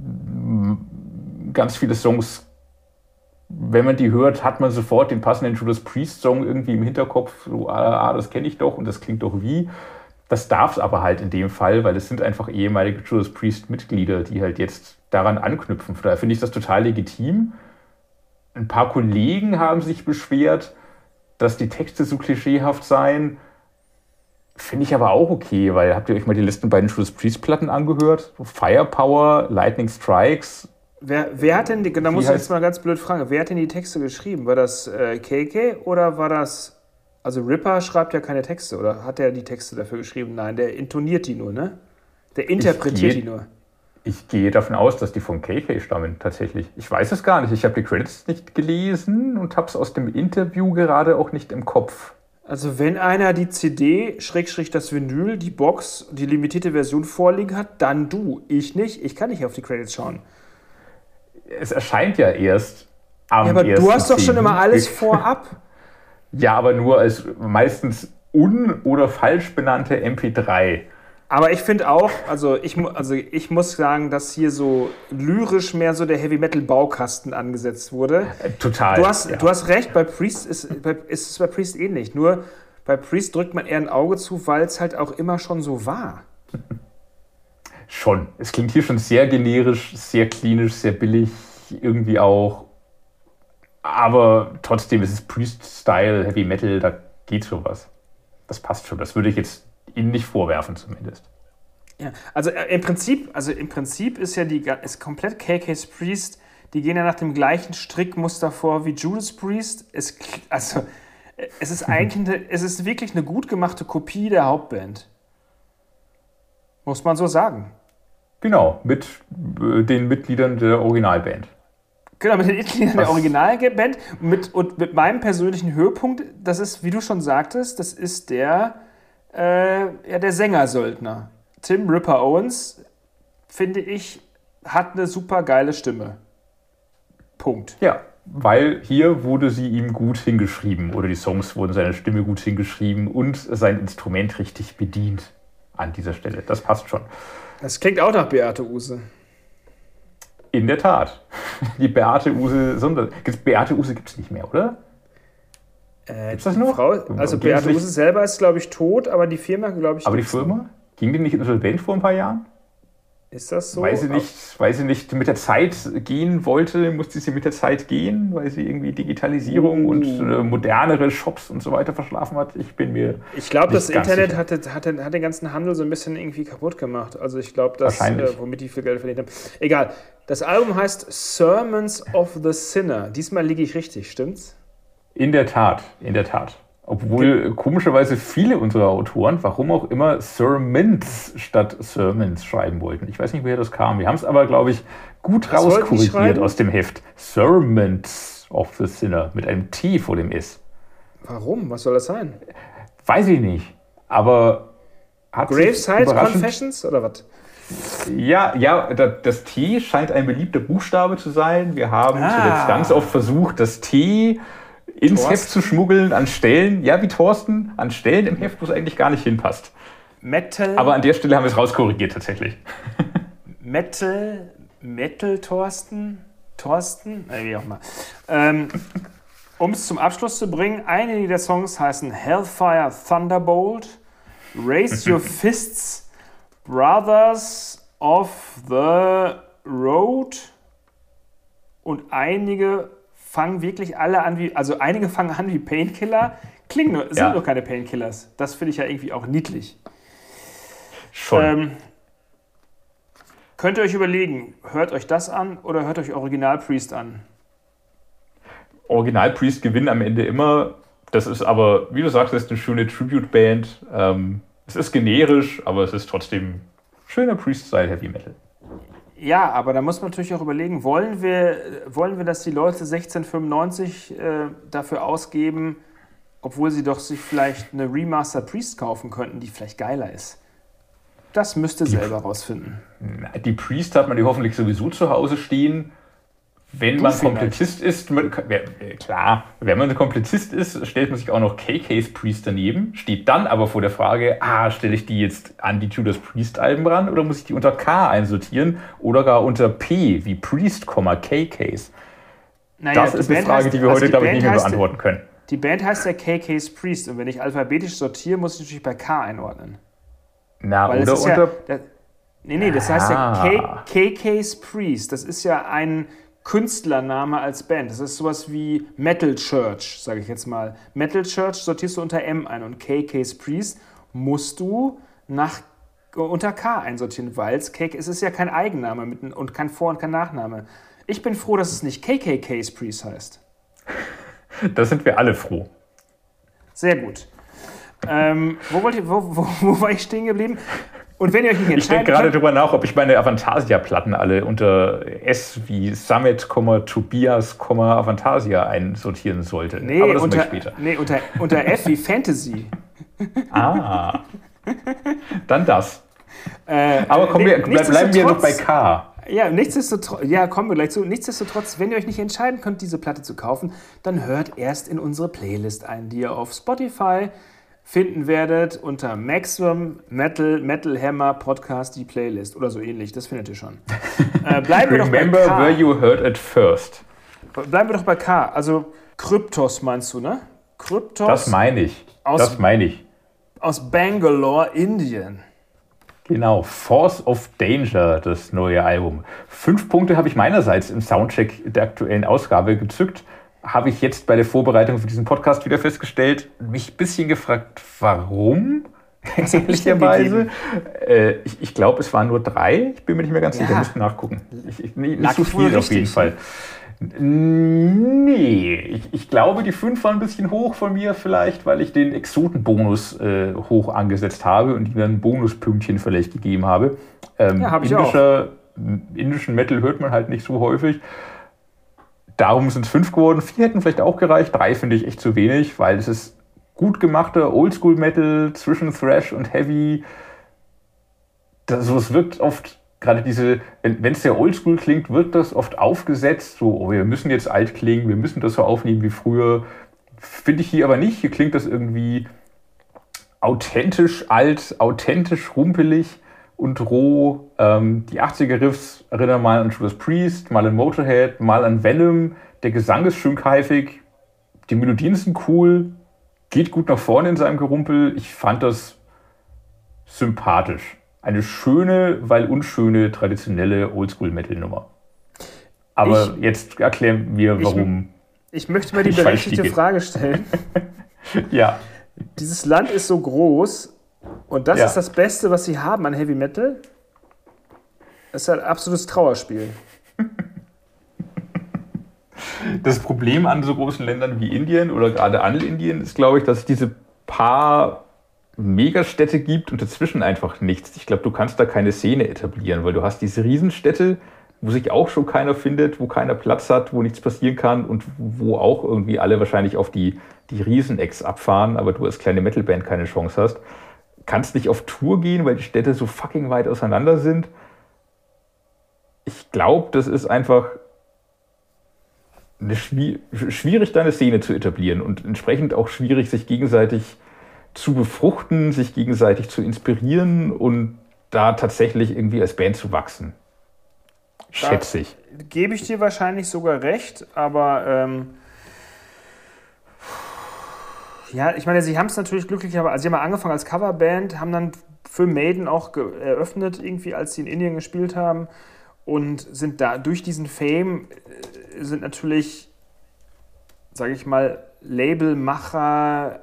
ganz viele Songs, wenn man die hört, hat man sofort den passenden Judas Priest-Song irgendwie im Hinterkopf. So, ah, das kenne ich doch und das klingt doch wie. Das darf es aber halt in dem Fall, weil es sind einfach ehemalige Judas Priest-Mitglieder, die halt jetzt daran anknüpfen. Daher finde ich das total legitim. Ein paar Kollegen haben sich beschwert, dass die Texte so klischeehaft seien. Finde ich aber auch okay, weil habt ihr euch mal die letzten beiden Judas Priest-Platten angehört? Firepower, Lightning Strikes. Wer, wer hat denn, die, da muss ich jetzt mal ganz blöd fragen, wer hat denn die Texte geschrieben? War das äh, K K oder war das, also Ripper schreibt ja keine Texte, oder hat er die Texte dafür geschrieben? Nein, der intoniert die nur, ne? Der interpretiert gehe, die nur. Ich gehe davon aus, dass die von K K stammen, tatsächlich. Ich weiß es gar nicht, ich habe die Credits nicht gelesen und habe es aus dem Interview gerade auch nicht im Kopf. Also wenn einer die C D, Schrägstrich das Vinyl, die Box, die limitierte Version vorliegen hat, dann du. Ich nicht, ich kann nicht auf die Credits schauen. Es erscheint ja erst am Ja, aber du hast doch zehnten schon immer alles vorab. Ja, aber nur als meistens un- oder falsch benannte M P drei. Aber ich finde auch, also ich, also ich muss sagen, dass hier so lyrisch mehr so der Heavy-Metal-Baukasten angesetzt wurde. Äh, total. Du hast, ja. du hast recht, bei Priest ist, bei, ist es bei Priest ähnlich. Nur bei Priest drückt man eher ein Auge zu, weil es halt auch immer schon so war. Schon. Es klingt hier schon sehr generisch, sehr klinisch, sehr billig, irgendwie auch. Aber trotzdem ist es Priest-Style, Heavy Metal, da geht sowas. Das passt schon. Das würde ich jetzt Ihnen nicht vorwerfen, zumindest. Ja, also äh, im Prinzip, also im Prinzip ist ja die ist komplett K K's Priest, die gehen ja nach dem gleichen Strickmuster vor wie Judas Priest. Es, also, es ist eigentlich eine, es ist wirklich eine gut gemachte Kopie der Hauptband. Muss man so sagen. Genau, mit äh, den Mitgliedern der Originalband. Genau, mit den Mitgliedern der Originalband mit, und mit meinem persönlichen Höhepunkt, das ist, wie du schon sagtest, das ist der, äh, ja, der Sänger-Söldner. Tim Ripper Owens, finde ich, hat eine super geile Stimme. Punkt. Ja, weil hier wurde sie ihm gut hingeschrieben oder die Songs wurden seiner Stimme gut hingeschrieben und sein Instrument richtig bedient an dieser Stelle. Das passt schon. Das klingt auch nach Beate Uhse. In der Tat. Die Beate Uhse Sonder. Beate Uhse gibt es nicht mehr, oder? Äh, Gibt's das noch? Frau, also Beate Uhse selber ist, glaube ich, tot, aber die Firma, glaube ich, aber die Firma? Noch. Ging die nicht insolvent vor ein paar Jahren? Ist das so? Weil sie nicht, weil sie nicht mit der Zeit gehen wollte, musste sie mit der Zeit gehen, weil sie irgendwie Digitalisierung uh. und äh, modernere Shops und so weiter verschlafen hat. Ich bin mir Ich glaube, das Internet hat, hat, hat den ganzen Handel so ein bisschen irgendwie kaputt gemacht. Also ich glaube, dass äh, womit die viel Geld verdient haben. Egal. Das Album heißt Sermons of the Sinner. Diesmal liege ich richtig, stimmt's? In der Tat, in der Tat. Obwohl komischerweise viele unserer Autoren, warum auch immer, Sermons statt Sermons schreiben wollten. Ich weiß nicht, woher das kam. Wir haben es aber, glaube ich, gut Was rauskorrigiert aus dem Heft. Sermons of the Sinner mit einem T vor dem S. Warum? Was soll das sein? Weiß ich nicht. Aber hat Graveside Confessions oder was? Ja, ja, das T scheint ein beliebter Buchstabe zu sein. Wir haben ah. zuletzt ganz oft versucht, das T ins Thorsten. Heft zu schmuggeln, an Stellen, ja wie Thorsten, an Stellen im Heft, wo es eigentlich gar nicht hinpasst. Metal. Aber an der Stelle haben wir es rauskorrigiert tatsächlich. Metal, Metal Thorsten, Thorsten, äh, wie auch immer. Ähm, um es zum Abschluss zu bringen, einige der Songs heißen Hellfire Thunderbolt, Raise Your Fists, Brothers of the Road und einige fangen wirklich alle an wie, also einige fangen an wie Painkiller, klingen nur, sind Ja. nur keine Painkillers. Das finde ich ja irgendwie auch niedlich. Schon. Ähm, könnt ihr euch überlegen, hört euch das an oder hört euch Original Priest an? Original Priest gewinnen am Ende immer. Das ist aber, wie du sagst, das ist eine schöne Tribute-Band. Ähm, es ist generisch, aber es ist trotzdem schöner Priest-Style Heavy Metal. Ja, aber da muss man natürlich auch überlegen, wollen wir, wollen wir, dass die Leute sechzehn fünfundneunzig äh, dafür ausgeben, obwohl sie doch sich vielleicht eine Remaster Priest kaufen könnten, die vielleicht geiler ist? Das müsst ihr selber rausfinden. Die Priest hat man die hoffentlich sowieso zu Hause stehen. Wenn Du man vielleicht. Komplettist ist, man, äh, klar, wenn man ein Komplettist ist, stellt man sich auch noch K K's Priest daneben, steht dann aber vor der Frage, ah, stelle ich die jetzt an die Judas Priest Alben ran oder muss ich die unter K einsortieren oder gar unter P wie Priest, K K's? Naja, Das die ist eine Band Frage, heißt- die wir also heute, die glaube ich, Band nicht mehr heißt- beantworten können. Die Band heißt ja K K's Priest und wenn ich alphabetisch sortiere, muss ich natürlich bei K einordnen. Na, Weil oder es ist ja, unter... da, nee, nee, das heißt ja Ah. K, K's Priest. Das ist ja ein Künstlername als Band. Das ist sowas wie Metal Church, sage ich jetzt mal. Metal Church sortierst du unter M ein und K K's Priest musst du nach, unter K einsortieren, weil es K K, es ist ja kein Eigenname mit, und kein Vor- und kein Nachname. Ich bin froh, dass es nicht K K K's Priest heißt. Da sind wir alle froh. Sehr gut. Ähm, wo, wollt ihr, wo, wo, wo war ich stehen geblieben? Und wenn ihr euch nicht Ich denke entscheiden gerade könnt, drüber nach, ob ich meine Avantasia-Platten alle unter S wie Summit, Tobias, Avantasia einsortieren sollte. nee, Aber das unter, mache ich später. nee unter, unter F wie Fantasy. Ah, dann das. Äh, Aber kommen wir, nee, bleib, bleiben wir noch bei nichtsdestotrotz- K. Ja, nichtsdestotrotz, ja, kommen wir gleich zu. Nichtsdestotrotz, wenn ihr euch nicht entscheiden könnt, diese Platte zu kaufen, dann hört erst in unsere Playlist ein, die ihr auf Spotify finden werdet unter Maximum Metal Metal Hammer Podcast, die Playlist oder so ähnlich. Das findet ihr schon. Äh, bleiben wir doch bei Remember K. where you heard it first. Bleiben wir doch bei K. Also Kryptos meinst du, ne? Kryptos Das meine ich. Aus- Das meine ich. aus Bangalore, Indien. Genau, Force of Danger, das neue Album. Fünf Punkte habe ich meinerseits im Soundcheck der aktuellen Ausgabe gezückt. Habe ich jetzt bei der Vorbereitung für diesen Podcast wieder festgestellt, mich ein bisschen gefragt, warum? Ehrlicherweise. Äh, ich ich glaube, es waren nur drei. Ich bin mir nicht mehr ganz Ja. sicher, müsste nachgucken. Ich, ich, nicht Lag so ich wohl viel auf jeden richtig? Fall. Nee, ich, ich glaube, die fünf waren ein bisschen hoch von mir vielleicht, weil ich den Exotenbonus äh, hoch angesetzt habe und ihnen ein Bonuspünktchen vielleicht gegeben habe. Ähm, Ja, hab ich indischer, indischen Metal hört man halt nicht so häufig. Darum sind es fünf geworden. Vier hätten vielleicht auch gereicht. Drei finde ich echt zu wenig, weil es ist gut gemachter Oldschool-Metal zwischen Thrash und Heavy. Das, so, es wirkt oft... Gerade diese, wenn es sehr oldschool klingt, wird das oft aufgesetzt, so, oh, wir müssen jetzt alt klingen, wir müssen das so aufnehmen wie früher. Finde ich hier aber nicht. Hier klingt das irgendwie authentisch alt, authentisch rumpelig und roh. Ähm, die achtziger-Riffs erinnern mal an Judas Priest, mal an Motorhead, mal an Venom. Der Gesang ist schön keifig, die Melodien sind cool, geht gut nach vorne in seinem Gerumpel. Ich fand das sympathisch. Eine schöne, weil unschöne, traditionelle Oldschool-Metal-Nummer. Aber Ich- jetzt erklären wir, ich- warum. Ich möchte mal die Ich weiß berechtigte die- Frage stellen. Ja, Dieses Land ist so groß und das Ja. ist das Beste, was sie haben an Heavy Metal. Das ist ein absolutes Trauerspiel. das Problem an so großen Ländern wie Indien oder gerade an Indien ist, glaube ich, dass es diese paar Megastädte gibt und dazwischen einfach nichts. Ich glaube, du kannst da keine Szene etablieren, weil du hast diese Riesenstädte, wo sich auch schon keiner findet, wo keiner Platz hat, wo nichts passieren kann und wo auch irgendwie alle wahrscheinlich auf die, die Riesenecks abfahren, aber du als kleine Metalband keine Chance hast. Kannst nicht auf Tour gehen, weil die Städte so fucking weit auseinander sind. Ich glaube, das ist einfach eine schwi- schwierig, da eine Szene zu etablieren und entsprechend auch schwierig, sich gegenseitig zu befruchten, sich gegenseitig zu inspirieren und da tatsächlich irgendwie als Band zu wachsen. Schätze ich. Gebe ich dir wahrscheinlich sogar recht, aber ähm, ja, ich meine, sie haben es natürlich glücklicherweise, also sie haben angefangen als Coverband, haben dann für Maiden auch ge- eröffnet, irgendwie, als sie in Indien gespielt haben und sind da durch diesen Fame, äh, sind natürlich, sage ich mal, Labelmacher,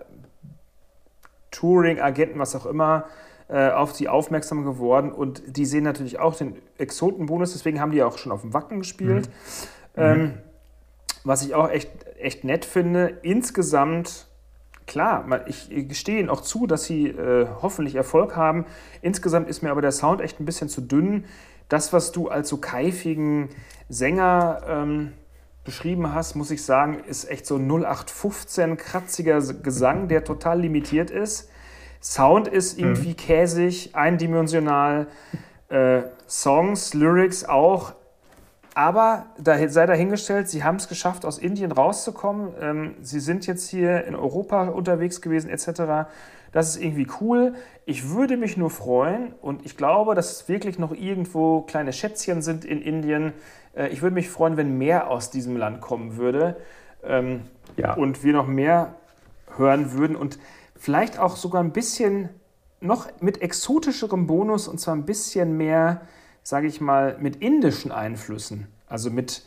Touring-Agenten, was auch immer, äh, auf sie aufmerksam geworden und die sehen natürlich auch den Exotenbonus, deswegen haben die auch schon auf dem Wacken gespielt, mhm. ähm, mhm. was ich auch echt, echt nett finde. Insgesamt, klar, ich gestehe ihnen auch zu, dass sie äh, hoffentlich Erfolg haben. Insgesamt ist mir aber der Sound echt ein bisschen zu dünn. Das, was du als so keifigen Sänger ähm, beschrieben hast, muss ich sagen, ist echt so null acht fünfzehn kratziger Gesang, der total limitiert ist. Sound ist irgendwie mhm. käsig, eindimensional, äh, Songs, Lyrics auch. Aber da sei dahingestellt, sie haben es geschafft, aus Indien rauszukommen. Ähm, sie sind jetzt hier in Europa unterwegs gewesen et cetera. Das ist irgendwie cool. Ich würde mich nur freuen und ich glaube, dass es wirklich noch irgendwo kleine Schätzchen sind in Indien. Äh, ich würde mich freuen, wenn mehr aus diesem Land kommen würde ähm, ja. und wir noch mehr hören würden und vielleicht auch sogar ein bisschen noch mit exotischerem Bonus und zwar ein bisschen mehr, sage ich mal, mit indischen Einflüssen. Also mit,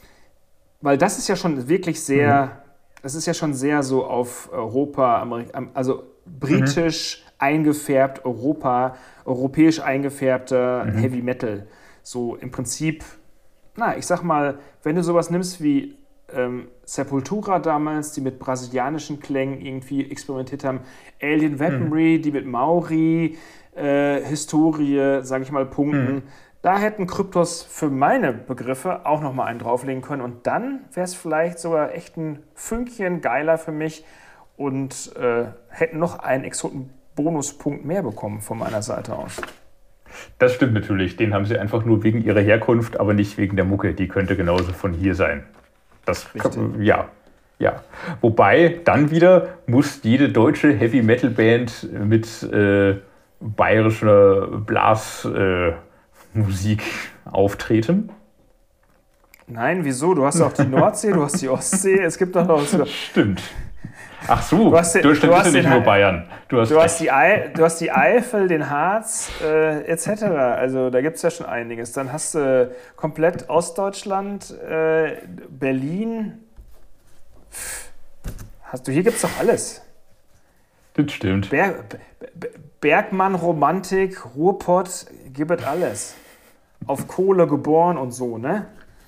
weil das ist ja schon wirklich sehr, mhm. das ist ja schon sehr so auf Europa, Amerik- also britisch mhm. eingefärbt, Europa, europäisch eingefärbter mhm. Heavy Metal. So im Prinzip, na, ich sag mal, wenn du sowas nimmst wie ähm, Sepultura damals, die mit brasilianischen Klängen irgendwie experimentiert haben, Alien Weaponry, mhm. die mit Maori, Äh, Historie, sage ich mal, punkten. Mhm. Da hätten Kryptos für meine Begriffe auch nochmal einen drauflegen können und dann wäre es vielleicht sogar echt ein Fünkchen geiler für mich und äh, hätten noch einen Exoten-Bonuspunkt mehr bekommen von meiner Seite aus. Das stimmt natürlich. Den haben sie einfach nur wegen ihrer Herkunft, aber nicht wegen der Mucke. Die könnte genauso von hier sein. Das kann, ja. Ja. Wobei, dann wieder muss jede deutsche Heavy-Metal-Band mit äh, bayerische Blasmusik äh, auftreten. Nein, wieso? Du hast auch die Nordsee, du hast die Ostsee, es gibt doch noch... Stimmt. Ach so, du hast, den, du, du hast nicht nur Bayern. Du hast, du hast, die, Ei, du hast die Eifel, den Harz, äh, et cetera. Also da gibt es ja schon einiges. Dann hast du komplett Ostdeutschland, äh, Berlin. Hast du, hier gibt es doch alles. Das stimmt. Ber, Bergmann, Romantik, Ruhrpott, gibt es alles. Auf Kohle geboren und so, ne?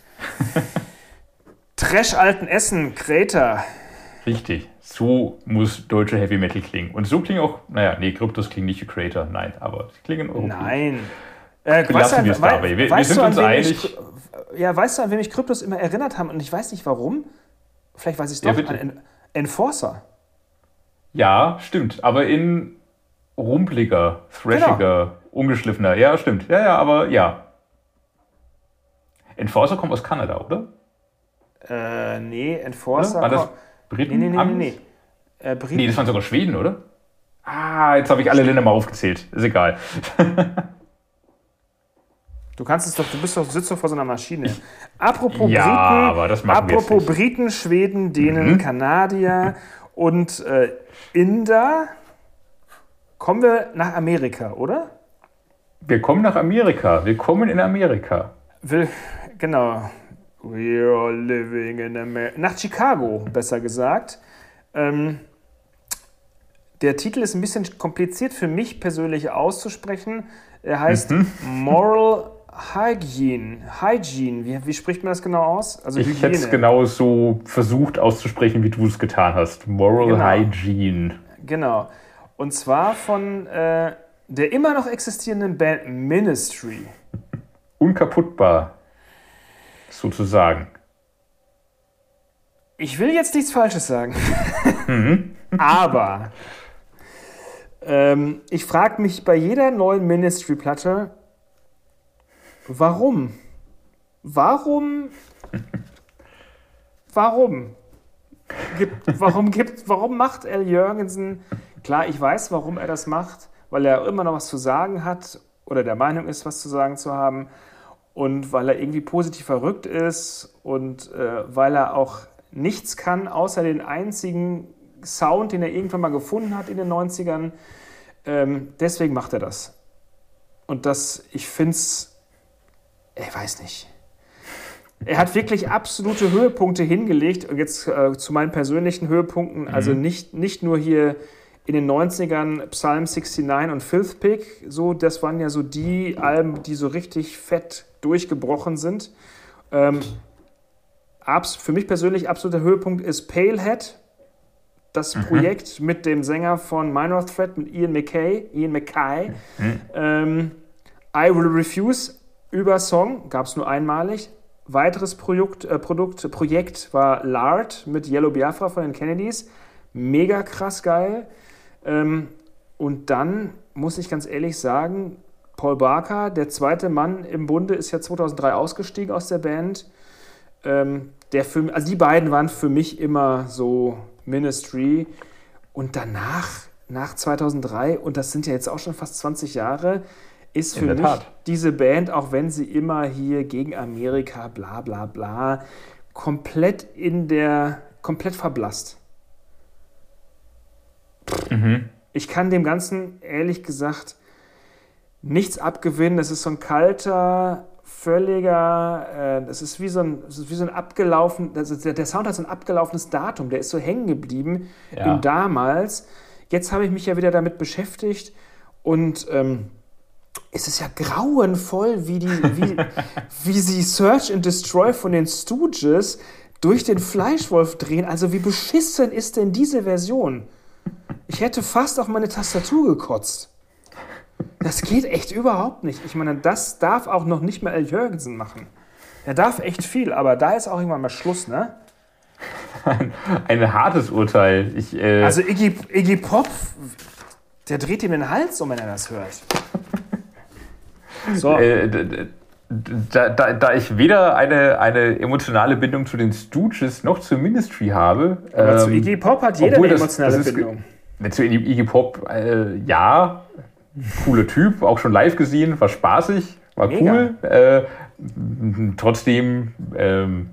Trash Altenessen, Kreta. Richtig, so muss deutsche Heavy Metal klingen. Und so klingen auch, naja, nee, Kryptos klingen nicht wie Creator, nein, aber sie klingen europäisch. Nein. Äh, Lassen wir es dabei. Wir, wir sind uns einig. Ich, ja, weißt du, an wen mich Kryptos immer erinnert haben? Und ich weiß nicht warum. Vielleicht weiß ich es doch. Ja, an Enforcer. Ja, stimmt. Aber in rumpliger, thrashiger, genau. ungeschliffener. Ja, stimmt. Ja, ja, aber ja. Enforcer kommt aus Kanada, oder? Äh, nee, Enforcer. War das Briten? Nee, nee, nee, nee. Nee. Äh, nee, das waren sogar Schweden, oder? Ah, jetzt habe ich alle Länder mal aufgezählt. Ist egal. Du kannst es doch, du bist doch, sitzt doch vor so einer Maschine. Apropos ja, Briten, aber das machen wir apropos jetzt nicht. Briten, Schweden, Dänen, mhm. Kanadier und äh, Inder, kommen wir nach Amerika, oder? Wir kommen nach Amerika. Wir kommen in Amerika. Will, genau. We are living in America. Nach Chicago, besser gesagt. Ähm, der Titel ist ein bisschen kompliziert für mich persönlich auszusprechen. Er heißt mhm. Moral Hygiene. Hygiene. Wie, wie spricht man das genau aus? Also ich Hygiene. Hätte es genau so versucht auszusprechen, wie du es getan hast. Moral genau. Hygiene. Genau. Und zwar von äh, der immer noch existierenden Band Ministry. Unkaputtbar, sozusagen. Ich will jetzt nichts Falsches sagen. Mhm. Aber ähm, ich frage mich bei jeder neuen Ministry-Platte, warum? Warum? Warum? Gibt, warum, gibt, warum macht Al Jourgensen klar, ich weiß, warum er das macht, weil er immer noch was zu sagen hat oder der Meinung ist, was zu sagen zu haben und weil er irgendwie positiv verrückt ist und äh, weil er auch nichts kann, außer den einzigen Sound, den er irgendwann mal gefunden hat in den neunzigern. Ähm, deswegen macht er das. Und das, ich finde es, ich weiß nicht. Er hat wirklich absolute Höhepunkte hingelegt. Und jetzt äh, zu meinen persönlichen Höhepunkten, mhm. also nicht, nicht nur hier in den neunzigern Psalm neunundsechzig und Filth Pig, so, das waren ja so die Alben, die so richtig fett durchgebrochen sind. Ähm, abs- für mich persönlich absoluter Höhepunkt ist Palehead, das mhm. Projekt mit dem Sänger von Minor Threat, mit Ian MacKaye, Ian MacKaye. Mhm. Ähm, I Will Refuse über Song, gab es nur einmalig. Weiteres Produkt, äh, Produkt, Projekt war Lard mit Yellow Biafra von den Kennedys. Mega krass geil. Ähm, und dann muss ich ganz ehrlich sagen, Paul Barker, der zweite Mann im Bunde, ist ja zweitausenddrei ausgestiegen aus der Band. Ähm, der für, also die beiden waren für mich immer so Ministry. Und danach, nach zweitausenddrei, und das sind ja jetzt auch schon fast zwanzig Jahre, ist für mich Tat. diese Band, auch wenn sie immer hier gegen Amerika, bla bla bla, komplett in der, komplett verblasst. Mhm. Ich kann dem Ganzen, ehrlich gesagt, nichts abgewinnen. Das ist so ein kalter, völliger, äh, das ist wie so ein, das ist wie so ein abgelaufen, also der, der Sound hat so ein abgelaufenes Datum, der ist so hängen geblieben ja. in damals. Jetzt habe ich mich ja wieder damit beschäftigt und ähm, es ist ja grauenvoll, wie, die, wie, wie sie Search and Destroy von den Stooges durch den Fleischwolf drehen. Also wie beschissen ist denn diese Version? Ich hätte fast auf meine Tastatur gekotzt. Das geht echt überhaupt nicht. Ich meine, das darf auch noch nicht mal Al Jürgensen machen. Er darf echt viel, aber da ist auch irgendwann mal Schluss, ne? Ein, ein hartes Urteil. Ich, äh also Iggy, Iggy Pop, der dreht ihm den Hals um, wenn er das hört. So. Äh, da, da, da ich weder eine, eine emotionale Bindung zu den Stooges noch zu Ministry habe. Aber ähm, zu Iggy Pop hat jeder eine emotionale das, das Bindung. Ist, zu Iggy Pop, äh, ja, cooler Typ, auch schon live gesehen, war spaßig, war Mega. cool. Äh, trotzdem, ähm,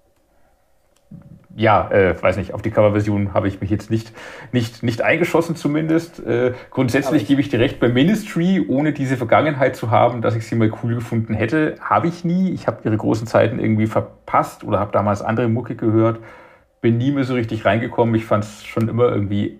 ja, äh, weiß nicht, auf die Coverversion habe ich mich jetzt nicht, nicht, nicht eingeschossen zumindest. Äh, grundsätzlich ich, gebe ich dir recht, bei Ministry, ohne diese Vergangenheit zu haben, dass ich sie mal cool gefunden hätte, habe ich nie. Ich habe ihre großen Zeiten irgendwie verpasst oder habe damals andere Mucke gehört, bin nie mehr so richtig reingekommen. Ich fand es schon immer irgendwie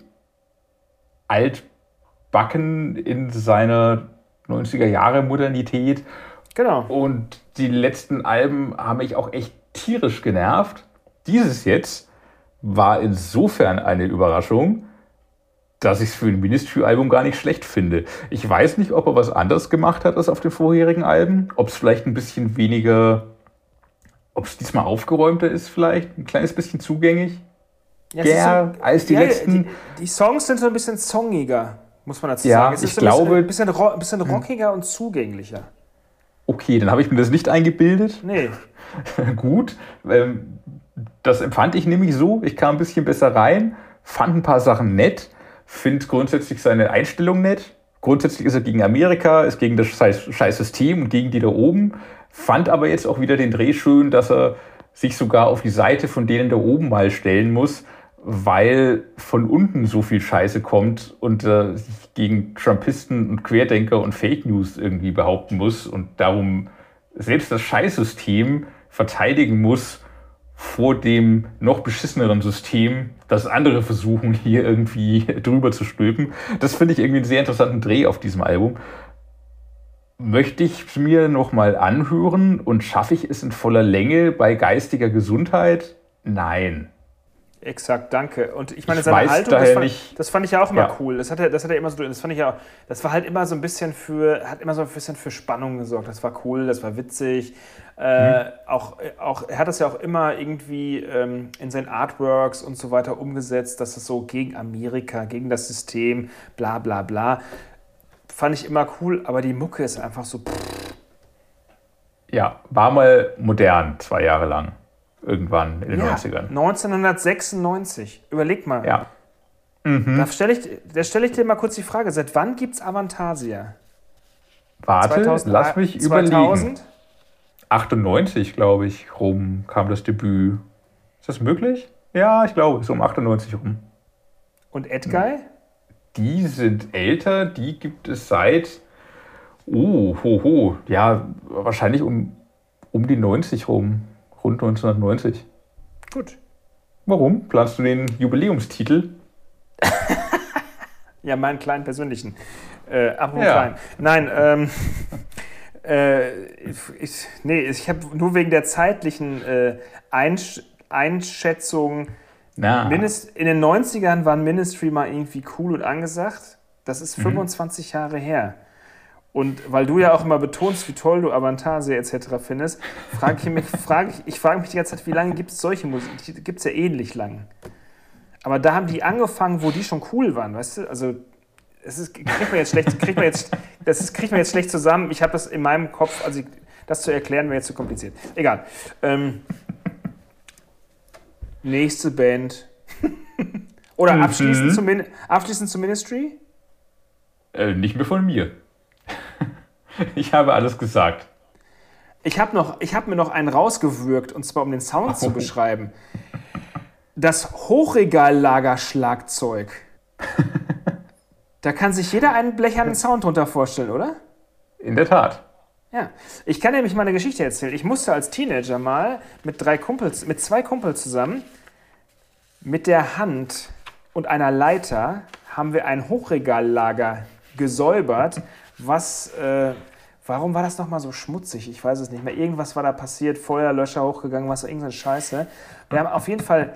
altbacken in seiner neunziger-Jahre-Modernität. Genau. Und die letzten Alben haben mich auch echt tierisch genervt. Dieses jetzt war insofern eine Überraschung, dass ich es für ein Ministry-Album gar nicht schlecht finde. Ich weiß nicht, ob er was anderes gemacht hat als auf den vorherigen Alben. Ob es vielleicht ein bisschen weniger, ob es diesmal aufgeräumter ist vielleicht, ein kleines bisschen zugängig. Ja, ja so, als die ja, letzten. Die, die Songs sind so ein bisschen songiger, muss man dazu ja, sagen. Es ich ist glaube, ein bisschen, bisschen, ein bisschen rockiger hm. und zugänglicher. Okay, dann habe ich mir das nicht eingebildet. Nee. Gut. Ähm, das empfand ich nämlich so. Ich kam ein bisschen besser rein, fand ein paar Sachen nett, finde grundsätzlich seine Einstellung nett. Grundsätzlich ist er gegen Amerika, ist gegen das scheiß System und gegen die da oben. Fand aber jetzt auch wieder den Dreh schön, dass er sich sogar auf die Seite von denen da oben mal stellen muss, weil von unten so viel Scheiße kommt und äh, sich gegen Trumpisten und Querdenker und Fake News irgendwie behaupten muss und darum selbst das Scheißsystem verteidigen muss vor dem noch beschisseneren System, das andere versuchen, hier irgendwie drüber zu stülpen. Das finde ich irgendwie einen sehr interessanten Dreh auf diesem Album. Möchte ich es mir nochmal anhören und schaffe ich es in voller Länge bei geistiger Gesundheit? Nein. Exakt, danke. Und ich meine, ich seine Haltung, das fand, nicht, das fand ich ja auch immer ja. cool. Das hat er, das hat er immer so, das fand ich ja, das war halt immer so ein bisschen für, hat immer so ein bisschen für Spannung gesorgt. Das war cool, das war witzig. Mhm. Äh, auch, auch, er hat das ja auch immer irgendwie ähm, in seinen Artworks und so weiter umgesetzt, dass es so gegen Amerika, gegen das System, bla bla bla. Fand ich immer cool, aber die Mucke ist einfach so. Pff. Ja, war mal modern, zwei Jahre lang. Irgendwann in den ja, neunzigern. neunzehnhundertsechsundneunzig. Überleg mal. Ja. Mhm. Da stelle ich, da stell ich dir mal kurz die Frage, seit wann gibt es Avantasia? Warte, zweitausend, lass mich zweitausend? Überlegen. achtundneunzig, glaube ich, rum kam das Debüt. Ist das möglich? Ja, ich glaube, so um achtundneunzig rum. Und Edguy? Die sind älter, die gibt es seit, oh, ho, ho, ja, wahrscheinlich um, um die neunzig rum, rund neunzehnhundertneunzig. Gut. Warum? Planst du den Jubiläumstitel? Ja, meinen kleinen persönlichen. Äh, apropos ja. klein. Nein, ähm, äh, ich, nee, ich habe nur wegen der zeitlichen äh, Einsch- Einschätzung, Mindest, in den neunzigern waren Ministry mal irgendwie cool und angesagt. Das ist fünfundzwanzig mhm. Jahre her. Und weil du ja auch immer betonst, wie toll du Avantasia et cetera findest, frage ich mich, frage ich, ich frage mich die ganze Zeit, wie lange gibt es solche Musik? Die gibt es ja ähnlich lang. Aber da haben die angefangen, wo die schon cool waren, weißt du? Also, es ist, kriegt man jetzt schlecht, kriegt man jetzt, das ist, kriegt man jetzt schlecht zusammen. Ich habe das in meinem Kopf, also ich, das zu erklären wäre jetzt zu kompliziert. Egal. Ähm, nächste Band. Oder mhm. abschließend, zum Min- abschließend zum Ministry? Äh, nicht mehr von mir. Ich habe alles gesagt. Ich habe noch, ich habe mir noch einen rausgewürgt, und zwar um den Sound oh. zu beschreiben. Das Hochregallager-Schlagzeug. Da kann sich jeder einen blechernen Sound drunter vorstellen, oder? In der Tat. Ja, ich kann nämlich mal eine Geschichte erzählen. Ich musste als Teenager mal mit drei Kumpels, mit zwei Kumpels zusammen, mit der Hand und einer Leiter haben wir ein Hochregallager gesäubert, was, äh, warum war das nochmal so schmutzig? Ich weiß es nicht mehr. Irgendwas war da passiert, Feuerlöscher hochgegangen, was, irgendeine Scheiße. Wir haben auf jeden Fall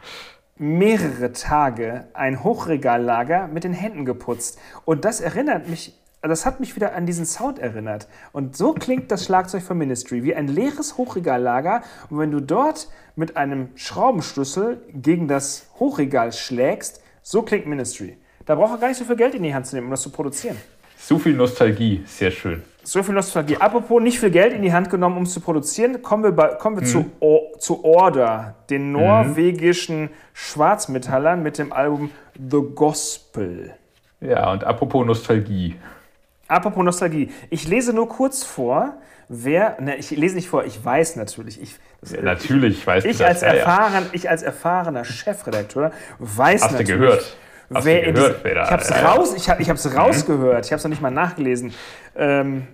mehrere Tage ein Hochregallager mit den Händen geputzt. Und das erinnert mich, das hat mich wieder an diesen Sound erinnert. Und so klingt das Schlagzeug von Ministry, wie ein leeres Hochregallager. Und wenn du dort mit einem Schraubenschlüssel gegen das Hochregal schlägst, so klingt Ministry. Da braucht er gar nicht so viel Geld in die Hand zu nehmen, um das zu produzieren. So viel Nostalgie, sehr schön. So viel Nostalgie. Apropos nicht viel Geld in die Hand genommen, um es zu produzieren, kommen wir, bei, kommen wir hm. zu, o, zu Order, den norwegischen hm. Schwarzmetallern mit dem Album The Gospel. Ja, und apropos Nostalgie. Apropos Nostalgie. Ich lese nur kurz vor, wer, ne, ich lese nicht vor, ich weiß natürlich. Ich, das, ja, natürlich ich, weiß ich das. Als ja, erfahren, ja. Ich als erfahrener Chefredakteur weiß Hast natürlich. Du gehört? Hast wer du gehört? Diese, wer da, ich habe es ja, raus, ich hab, ich hab's rausgehört, ich habe es noch nicht mal nachgelesen, ähm,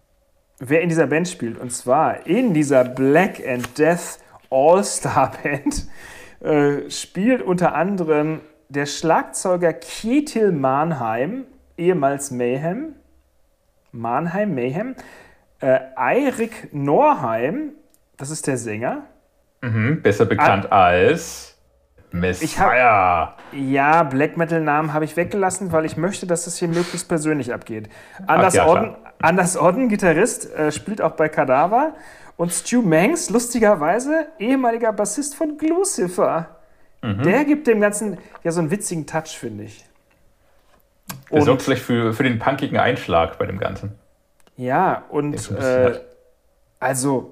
wer in dieser Band spielt. Und zwar in dieser Black and Death All-Star-Band äh, spielt unter anderem der Schlagzeuger Kjetil Mannheim, ehemals Mayhem, Mannheim, Mayhem, äh, Eirik Norheim, das ist der Sänger. Mhm, besser bekannt ah, als Messiah. Ja, Black Metal-Namen habe ich weggelassen, weil ich möchte, dass das hier möglichst persönlich abgeht. Anders, ja, Odden, Anders Odden, Gitarrist, äh, spielt auch bei Kadaver. Und Stu Manx, lustigerweise, ehemaliger Bassist von Glucifer. Mhm. Der gibt dem Ganzen ja so einen witzigen Touch, finde ich. Der sorgt vielleicht für, für den punkigen Einschlag bei dem Ganzen. Ja, und äh, also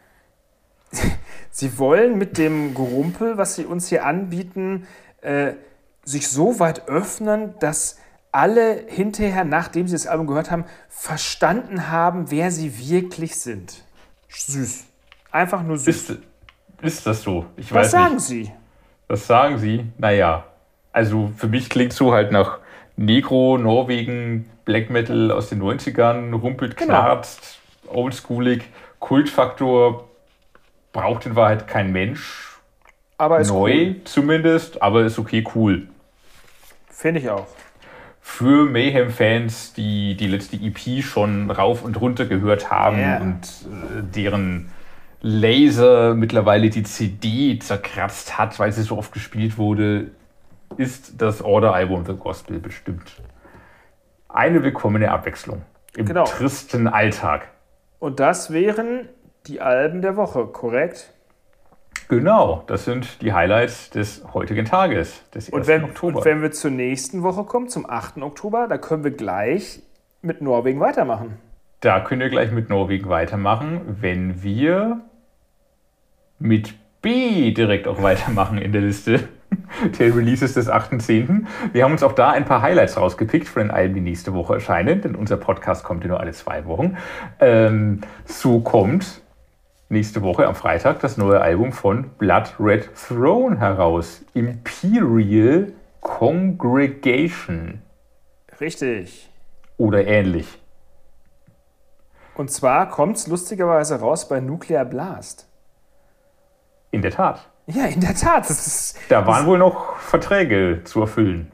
sie wollen mit dem Gerumpel, was sie uns hier anbieten, äh, sich so weit öffnen, dass alle hinterher, nachdem sie das Album gehört haben, verstanden haben, wer sie wirklich sind. Süß. Einfach nur süß. Ist, ist das so? Ich was weiß sagen nicht. Sie? Was sagen Sie? Naja, also für mich klingt so halt nach Negro, Norwegen, Black Metal aus den neunzigern, rumpelt, genau. knarzt, oldschoolig, Kultfaktor braucht in Wahrheit kein Mensch. Aber ist neu cool. Zumindest, aber ist okay, cool. Finde ich auch. Für Mayhem-Fans, die die letzte E P schon rauf und runter gehört haben yeah. und äh, deren Laser mittlerweile die C D zerkratzt hat, weil sie so oft gespielt wurde, ist das Order-Album The Gospel bestimmt eine willkommene Abwechslung im genau. tristen Alltag. Und das wären die Alben der Woche, korrekt? Genau, das sind die Highlights des heutigen Tages, des ersten und wenn, Oktober. Und wenn wir zur nächsten Woche kommen, zum achten Oktober, da können wir gleich mit Norwegen weitermachen. Da können wir gleich mit Norwegen weitermachen, wenn wir mit B direkt auch weitermachen in der Liste. Der Release ist des achten zehnten Wir haben uns auch da ein paar Highlights rausgepickt von den Alben, die nächste Woche erscheinen, denn unser Podcast kommt ja nur alle zwei Wochen. Ähm, so kommt nächste Woche am Freitag das neue Album von Blood Red Throne heraus. Imperial Congregation. Richtig. Oder ähnlich. Und zwar kommt es lustigerweise raus bei Nuclear Blast. In der Tat. Ja, in der Tat. Das ist, da waren das wohl noch Verträge zu erfüllen.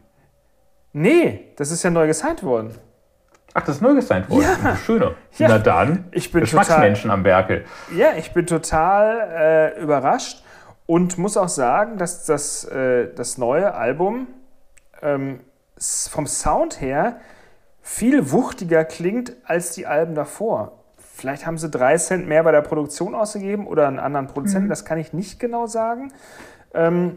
Nee, das ist ja neu gesigned worden. Ach, das ist neu gesigned worden? Ja. Schöner. Ja. Na dann, ich bin Geschmacksmenschen total, am Werke. Ja, ich bin total äh, überrascht und muss auch sagen, dass das, äh, das neue Album ähm, vom Sound her viel wuchtiger klingt als die Alben davor. Vielleicht haben sie drei Cent mehr bei der Produktion ausgegeben oder einen anderen Produzenten, mhm. das kann ich nicht genau sagen. Ähm,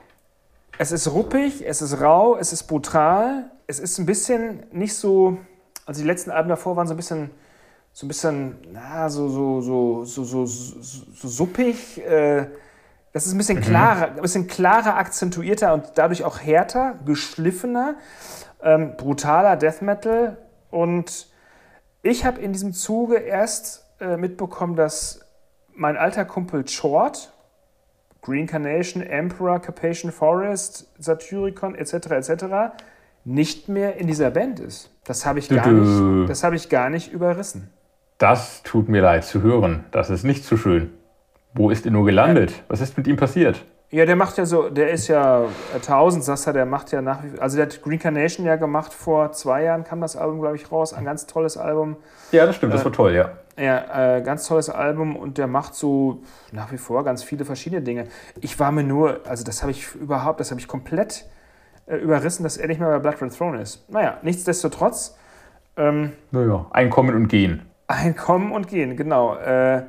es ist ruppig, es ist rau, es ist brutal. Es ist ein bisschen nicht so, also die letzten Alben davor waren so ein bisschen, so ein bisschen, na, so, so, so, so, so, so, so suppig. Äh, das ist ein bisschen klarer, ein bisschen klarer, akzentuierter und dadurch auch härter, geschliffener, ähm, brutaler Death Metal. Und ich habe in diesem Zuge erst äh, mitbekommen, dass mein alter Kumpel Chord, Green Carnation, Emperor, Carpathian Forest, Satyricon et cetera et cetera nicht mehr in dieser Band ist. Das habe ich, gar nicht, das hab ich gar nicht überrissen. Das tut mir leid zu hören. Das ist nicht so schön. Wo ist er nur gelandet? Was ist mit ihm passiert? Ja, der macht ja so, der ist ja Tausendsasser, der macht ja nach wie also der hat Green Carnation ja gemacht, vor zwei Jahren kam das Album, glaube ich, raus, ein ganz tolles Album. Ja, das stimmt, das war toll, ja. Ja, äh, ganz tolles Album und der macht so nach wie vor ganz viele verschiedene Dinge. Ich war mir nur, also das habe ich überhaupt, das habe ich komplett äh, überrissen, dass er nicht mehr bei Blood Red Throne ist. Naja, nichtsdestotrotz. Ähm, naja, ein Kommen und Gehen. Ein Kommen und Gehen, genau. Äh,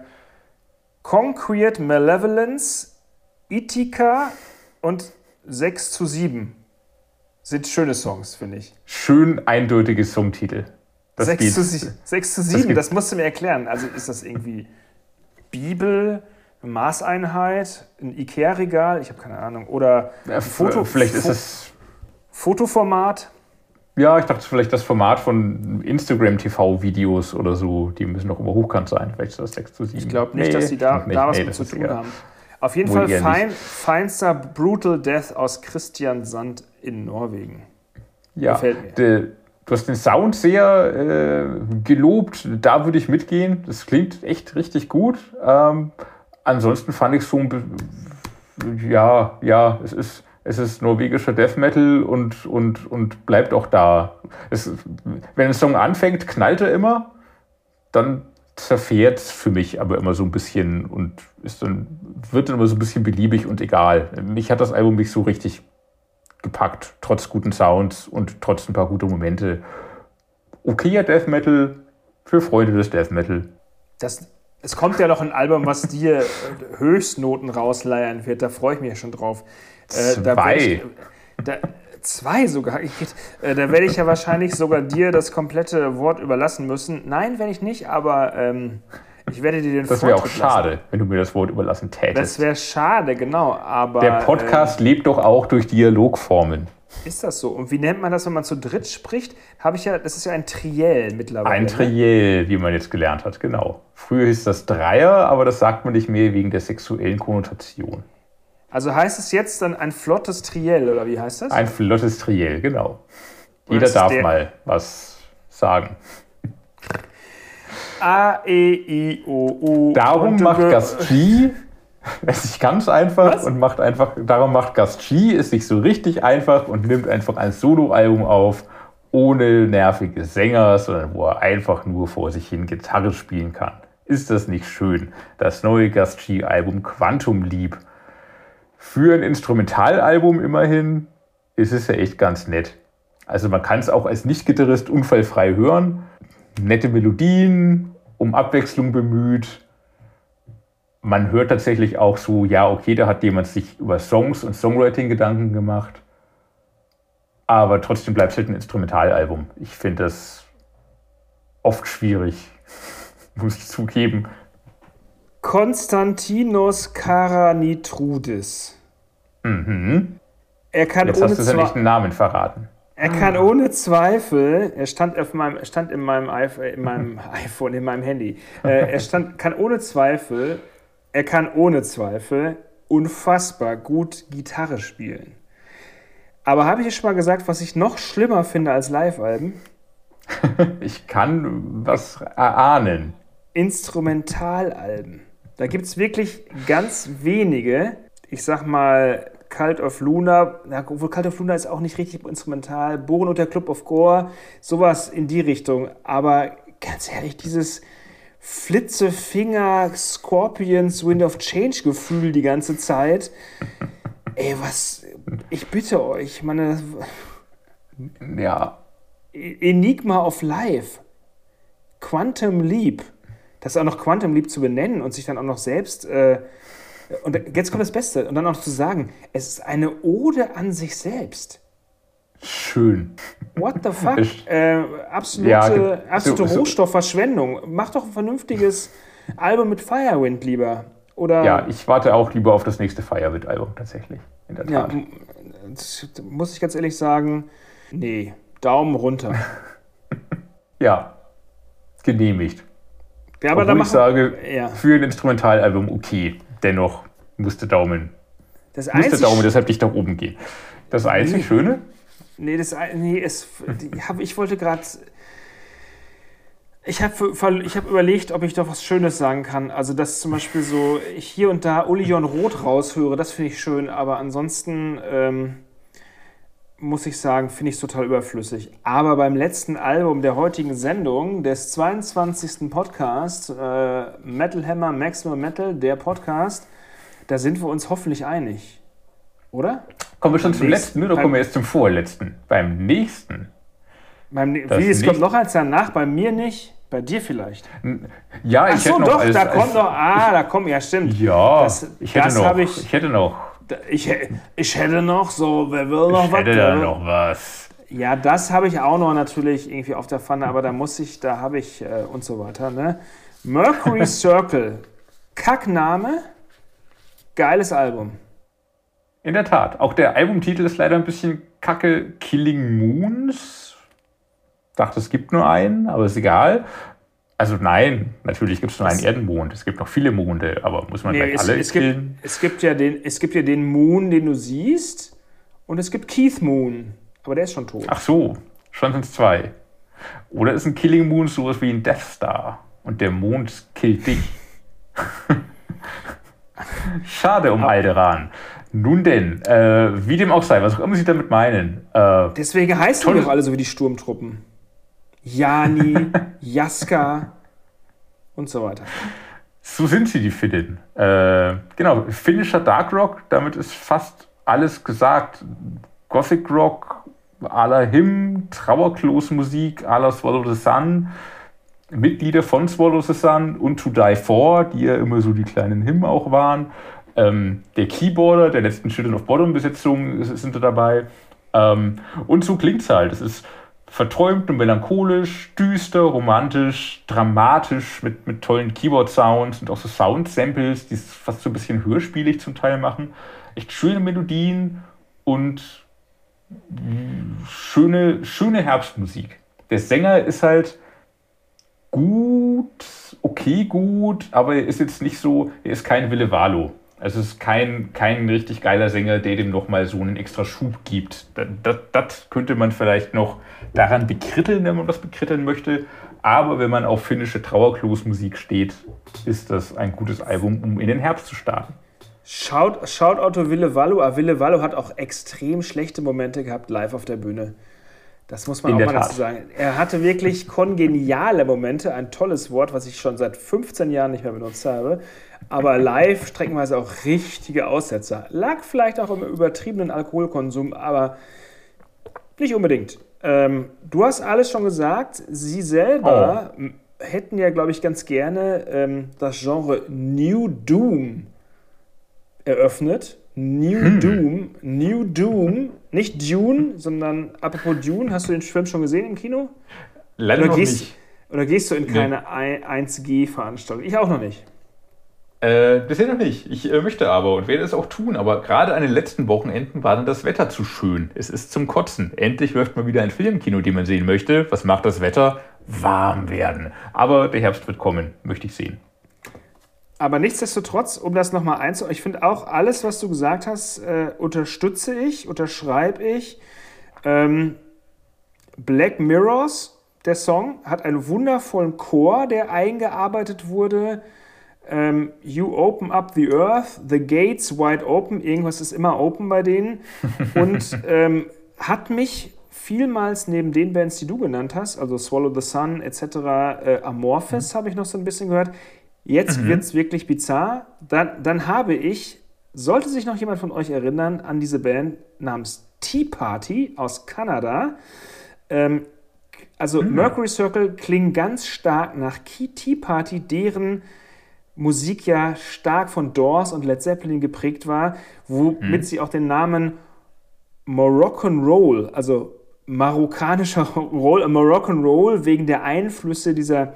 Concrete Malevolence, Ithaca und sechs zu sieben sind schöne Songs, finde ich. Schön eindeutige Songtitel. Das sechs zu sieben, das, das musst du mir erklären. Also ist das irgendwie Bibel, eine Maßeinheit, ein Ikea-Regal, ich habe keine Ahnung. Oder ja, Foto, vielleicht ist es Fotoformat. Ja, ich dachte vielleicht das Format von Instagram-T V-Videos oder so, die müssen doch immer hochkant sein. Vielleicht ist das sechs zu sieben. Ich glaube nicht, nee, dass sie da, da was nee, mit zu tun eher, haben. Auf jeden Fall fein, feinster Brutal Death aus Kristiansand in Norwegen. Ja, gefällt mir. De, du hast den Sound sehr äh, gelobt, da würde ich mitgehen. Das klingt echt richtig gut. Ähm, ansonsten fand ich es so ein ja, ja, es ist, es ist norwegischer Death Metal und, und, und bleibt auch da. Es, wenn ein Song anfängt, knallt er immer, dann zerfährt es für mich aber immer so ein bisschen und ist dann, wird dann immer so ein bisschen beliebig und egal. Mich hat das Album nicht so richtig gepackt, trotz guten Sounds und trotz ein paar gute Momente. Okayer Death Metal für Freunde des Death Metal. Das, es kommt ja noch ein Album, was dir Höchstnoten rausleiern wird, da freue ich mich ja schon drauf. Äh, Zwei. Ich, da, zwei sogar. Ich, äh, da werde ich ja wahrscheinlich sogar dir das komplette Wort überlassen müssen. Nein, werde ich nicht, aber ähm, ich werde dir den Das wäre auch schade, lassen. Wenn du mir das Wort überlassen tätest. Das wäre schade, genau. Aber der Podcast äh, lebt doch auch durch Dialogformen. Ist das so? Und wie nennt man das, wenn man zu dritt spricht? Habe ich ja, das ist ja ein Triell mittlerweile. Ein Triell, ne? Wie man jetzt gelernt hat, genau. Früher hieß das Dreier, aber das sagt man nicht mehr wegen der sexuellen Konnotation. Also heißt es jetzt dann ein flottes Triell, oder wie heißt das? Ein flottes Triell, genau. Jeder darf mal was sagen. A, E, I, O, U. Darum macht Gast G es sich ganz einfach was? und macht einfach, darum macht Gast G es sich so richtig einfach und nimmt einfach ein Soloalbum auf, ohne nervige Sänger, sondern wo er einfach nur vor sich hin Gitarre spielen kann. Ist das nicht schön? Das neue Gast G-Album Quantum Leap. Für ein Instrumentalalbum immerhin ist es ja echt ganz nett. Also man kann es auch als Nicht-Gitarrist unfallfrei hören. Nette Melodien, um Abwechslung bemüht. Man hört tatsächlich auch so, ja okay, da hat jemand sich über Songs und Songwriting Gedanken gemacht. Aber trotzdem bleibt es halt ein Instrumentalalbum. Ich finde das oft schwierig, muss ich zugeben. Konstantinos Karanitroudis. Mhm. Er kann Jetzt ohne hast du seinen Zwe- echten Namen verraten. Er kann ohne Zweifel, er stand auf meinem, stand in meinem, iPhone, in meinem iPhone, in meinem Handy. Äh, er stand, kann ohne Zweifel, er kann ohne Zweifel unfassbar gut Gitarre spielen. Aber habe ich dir schon mal gesagt, was ich noch schlimmer finde als Live-Alben? Ich kann was erahnen. Instrumentalalben. Da gibt es wirklich ganz wenige, ich sag mal, Cult of Luna, na, obwohl Cult of Luna ist auch nicht richtig instrumental, Bohren und der Club of Gore, sowas in die Richtung. Aber ganz ehrlich, dieses Flitzefinger Scorpions Wind of Change Gefühl die ganze Zeit, ey, was, ich bitte euch, meine, Ja. Enigma of Life, Quantum Leap, das auch noch Quantum Leap zu benennen und sich dann auch noch selbst, äh, und jetzt kommt das Beste, und dann auch zu sagen, es ist eine Ode an sich selbst. Schön. What the fuck? äh, absolute Ja, absolute so- so- Rohstoffverschwendung. Mach doch ein vernünftiges Album mit Firewind lieber. Oder, Ja, ich warte auch lieber auf das nächste Firewind-Album tatsächlich. In der ja, Tat. m- das muss ich ganz ehrlich sagen, nee, Daumen runter. Ja, genehmigt. Ja, aber Obwohl da ich machen, sage, ja. für ein Instrumentalalbum okay. Dennoch musste Daumen, Das musste einzig, Daumen deshalb nicht nach oben gehen. Das einzig Nee. Schöne, nee, das, ein- nee, es, die hab, ich wollte gerade, ich habe ich hab überlegt, ob ich doch was Schönes sagen kann. Also, dass zum Beispiel so ich hier und da Ulion Roth raushöre, das finde ich schön, aber ansonsten ähm, muss ich sagen, finde ich es total überflüssig. Aber beim letzten Album der heutigen Sendung, des zweiundzwanzigsten Podcasts, äh, Metal Hammer Maximum Metal, der Podcast, da sind wir uns hoffentlich einig. Oder? kommen wir schon zum nächsten- letzten, oder beim- kommen wir jetzt zum vorletzten? Beim nächsten. Beim, Das wie, es nicht- kommt noch eins danach, bei mir nicht, bei dir vielleicht. Ja, ich Ach so, hätte noch doch, als, da als, kommt noch, ah, da kommt, ja stimmt. Ja, Das- ich hätte das noch. hab ich- ich hätte noch. Da- Ich, hä- ich hätte noch so, wer will noch ich was? hätte da noch was. Ja, das habe ich auch noch natürlich irgendwie auf der Pfanne, aber da muss ich, da habe ich äh, und so weiter. Ne? Mercury Circle, Kackname, geiles Album. In der Tat. Auch der Albumtitel ist leider ein bisschen kacke. Killing Moons. Dachte, es gibt nur einen, aber ist egal. Also nein, natürlich gibt es nur einen Es- Erdenmond. Es gibt noch viele Monde, aber muss man Nee, gleich es, alle es, gibt, killen? es, gibt ja den, es gibt ja den Moon, den du siehst, und es gibt Keith Moon, aber der ist schon tot. Ach so, schon sind es zwei. Oder ist ein Killing Moon sowas wie ein Death Star und der Mond killt dich? Schade um Alderan. Nun denn, äh, wie dem auch sei, was auch immer Sie damit meinen. Äh, Deswegen heißen die Toll. doch alle so wie die Sturmtruppen. Jani, Jaska und so weiter. So sind sie, die Finnen. Äh, genau, finnischer Dark Rock, damit ist fast alles gesagt. Gothic Rock, à la Hymn, Trauerklos-Musik, à la Swallow the Sun, Mitglieder von Swallow the Sun und To Die For, die ja immer so die kleinen Hymn auch waren. Ähm, der Keyboarder der letzten Children of Bodom-Besetzung sind da dabei. Ähm, und so klingt es halt. Es ist verträumt und melancholisch, düster, romantisch, dramatisch, mit, mit tollen Keyboard-Sounds und auch so Sound-Samples, die es fast so ein bisschen hörspielig zum Teil machen. Echt schöne Melodien und schöne, schöne Herbstmusik. Der Sänger ist halt gut, okay gut, aber er ist jetzt nicht so, er ist kein Ville Valo. Also es ist kein, kein richtig geiler Sänger, der dem nochmal so einen extra Schub gibt. Das, das, das könnte man vielleicht noch daran bekritteln, wenn man das bekritteln möchte. Aber wenn man auf finnische Trauerklos-Musik steht, ist das ein gutes Album, um in den Herbst zu starten. Shout, Shoutout to Ville Valo. Aber Ville Valo hat auch extrem schlechte Momente gehabt live auf der Bühne. Das muss man In auch der mal Tat. dazu sagen. Er hatte wirklich kongeniale Momente, ein tolles Wort, was ich schon seit fünfzehn Jahren nicht mehr benutzt habe. Aber live streckenweise auch richtige Aussetzer. Lag vielleicht auch im übertriebenen Alkoholkonsum, aber nicht unbedingt. Ähm, du hast alles schon gesagt. Sie selber m- hätten ja, glaube ich, ganz gerne ähm, das Genre New Doom eröffnet. New Hm. Doom. New Doom. Nicht Dune, sondern apropos Dune. Hast du den Film schon gesehen im Kino? Leider Oder noch gehst, nicht. oder gehst du in Nee. keine eins G-Veranstaltung? Ich auch noch nicht. Äh, bisher noch nicht. Ich äh, möchte aber und werde es auch tun. Aber gerade an den letzten Wochenenden war dann das Wetter zu schön. Es ist zum Kotzen. Endlich läuft mal wieder ein Film im Kino, den man sehen möchte. Was macht das Wetter? Warm werden. Aber der Herbst wird kommen. Möchte ich sehen. Aber nichtsdestotrotz, um das nochmal einzuordnen, ich finde auch alles, was du gesagt hast, äh, unterstütze ich, unterschreibe ich. Ähm, Black Mirrors, der Song, hat einen wundervollen Chor, der eingearbeitet wurde. Ähm, You open up the earth, the gates wide open, irgendwas ist immer open bei denen. Und ähm, hat mich vielmals neben den Bands, die du genannt hast, also Swallow the Sun et cetera, äh, Amorphis mhm. habe ich noch so ein bisschen gehört. Jetzt mhm. wird es wirklich bizarr. Dann, dann habe ich, sollte sich noch jemand von euch erinnern, an diese Band namens Tea Party aus Kanada. Ähm, also mhm. Mercury Circle klingen ganz stark nach Tea Party, deren Musik ja stark von Doors und Led Zeppelin geprägt war, womit mhm. sie auch den Namen Moroccan Roll, also marokkanischer Roll, Moroccan Roll, wegen der Einflüsse dieser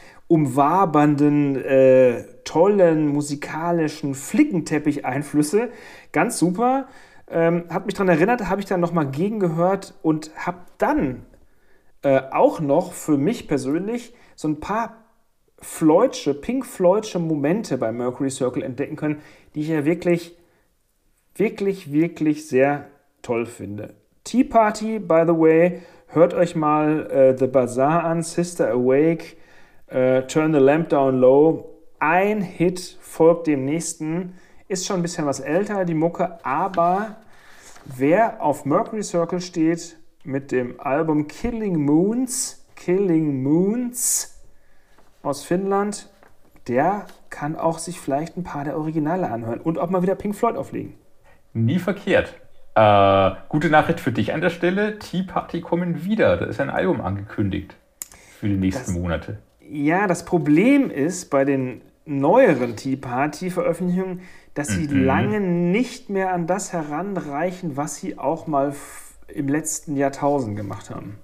umwabernden, äh, tollen, musikalischen Flickenteppich-Einflüsse. Ganz super. Ähm, hat mich daran erinnert, habe ich dann nochmal gegengehört und habe dann äh, auch noch für mich persönlich so ein paar Floydsche, Pink Floydsche Momente bei Mercury Circle entdecken können, die ich ja wirklich, wirklich, wirklich sehr toll finde. Tea Party, by the way, hört euch mal äh, The Bazaar an, Sister Awake, Uh, Turn the Lamp Down Low. Ein Hit folgt dem nächsten. Ist schon ein bisschen was älter, die Mucke, aber wer auf Mercury Circle steht mit dem Album Killing Moons, Killing Moons aus Finnland, der kann auch sich vielleicht ein paar der Originale anhören und auch mal wieder Pink Floyd auflegen. Nie verkehrt. Äh, gute Nachricht für dich an der Stelle. Tea Party kommen wieder. Da ist ein Album angekündigt für die nächsten das Monate. Ja, das Problem ist bei den neueren Tea Party-Veröffentlichungen, dass sie mhm. lange nicht mehr an das heranreichen, was sie auch mal f- im letzten Jahrtausend gemacht haben.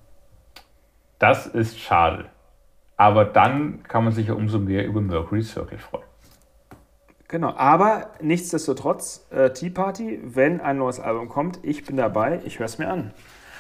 Das ist schade. Aber dann kann man sich ja umso mehr über Mercury Circle freuen. Genau, aber nichtsdestotrotz, äh, Tea Party, wenn ein neues Album kommt, ich bin dabei, ich höre es mir an.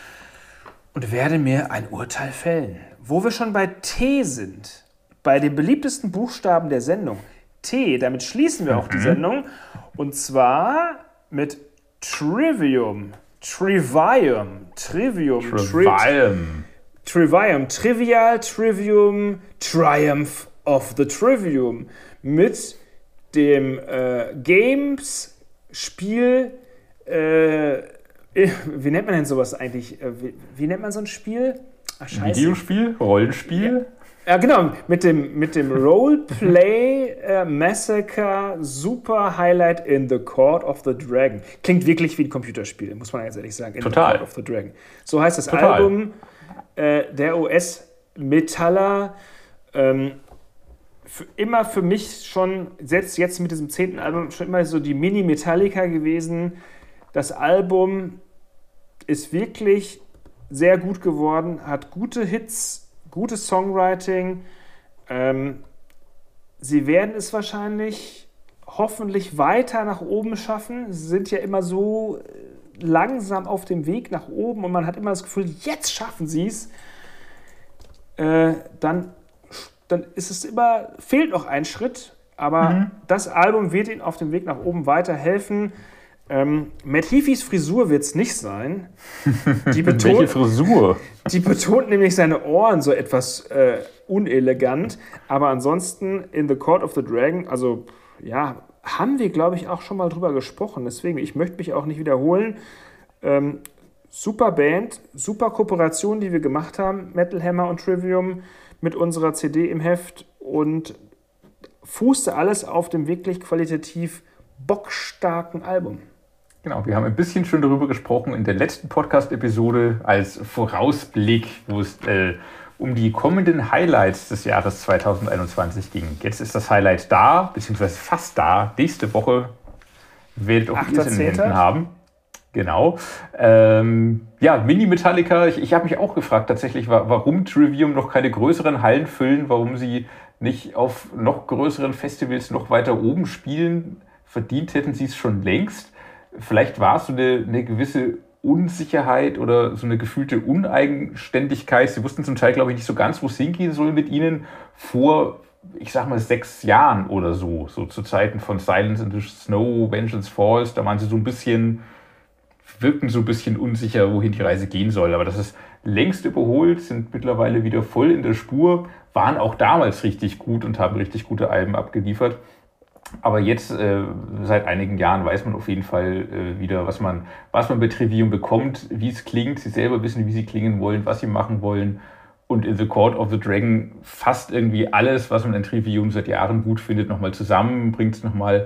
Und werde mir ein Urteil fällen. Wo wir schon bei T sind, bei dem beliebtesten Buchstaben der Sendung, T, damit schließen wir auch die Sendung, und zwar mit Trivium, Trivium, Trivium, Trivium, Trivium, Trivial, Trivium, Triumph of the Trivium, mit dem äh, Games-Spiel, äh, wie nennt man denn sowas eigentlich? Wie, wie nennt man so ein Spiel? Ach, scheiße. Videospiel? Rollenspiel? Ja, ja, genau. Mit dem, mit dem Roleplay äh, Massacre Super Highlight in the Court of the Dragon. Klingt wirklich wie ein Computerspiel, muss man ganz ehrlich sagen. In Total. The Court of the Dragon. So heißt das Total. Album. Äh, der U S-Metaller. Ähm, für, immer für mich schon, selbst jetzt mit diesem zehnten Album, schon immer so die Mini-Metallica gewesen. Das Album ist wirklich sehr gut geworden, hat gute Hits, gutes Songwriting. Ähm, sie werden es wahrscheinlich hoffentlich weiter nach oben schaffen. Sie sind ja immer so langsam auf dem Weg nach oben und man hat immer das Gefühl, jetzt schaffen sie es. Äh, dann, dann ist es immer, fehlt noch ein Schritt, aber mhm. das Album wird ihnen auf dem Weg nach oben weiterhelfen. Ähm, Matt Heafys Frisur wird es nicht sein. Die betont, Welche Frisur? Die betont nämlich seine Ohren so etwas äh, unelegant. Aber ansonsten in The Court of the Dragon, also ja, haben wir, glaube ich, auch schon mal drüber gesprochen. Deswegen, ich möchte mich auch nicht wiederholen. Ähm, super Band, super Kooperation, die wir gemacht haben, Metal Hammer und Trivium, mit unserer C D im Heft. Und fußte alles auf dem wirklich qualitativ bockstarken Album. Genau, wir haben ein bisschen schon darüber gesprochen in der letzten Podcast-Episode als Vorausblick, wo es äh, um die kommenden Highlights des Jahres zwanzig einundzwanzig ging. Jetzt ist das Highlight da, beziehungsweise fast da. Nächste Woche werdet auch ihr es in den Händen haben. Genau. Ähm, ja, Mini-Metallica. Ich, ich habe mich auch gefragt tatsächlich, warum Trivium noch keine größeren Hallen füllen, warum sie nicht auf noch größeren Festivals noch weiter oben spielen. Verdient hätten sie es schon längst. Vielleicht war es so eine, eine gewisse Unsicherheit oder so eine gefühlte Uneigenständigkeit. Sie wussten zum Teil, glaube ich, nicht so ganz, wo es hingehen soll mit ihnen vor, ich sag mal, sechs Jahren oder so. So zu Zeiten von Silence in the Snow, Vengeance Falls. Da waren sie so ein bisschen, wirkten so ein bisschen unsicher, wohin die Reise gehen soll. Aber das ist längst überholt, sind mittlerweile wieder voll in der Spur, waren auch damals richtig gut und haben richtig gute Alben abgeliefert. Aber jetzt, äh, seit einigen Jahren, weiß man auf jeden Fall äh, wieder, was man, was man bei Trivium bekommt, wie es klingt. Sie selber wissen, wie sie klingen wollen, was sie machen wollen. Und in The Court of the Dragon fast irgendwie alles, was man in Trivium seit Jahren gut findet, nochmal zusammen, bringt es nochmal,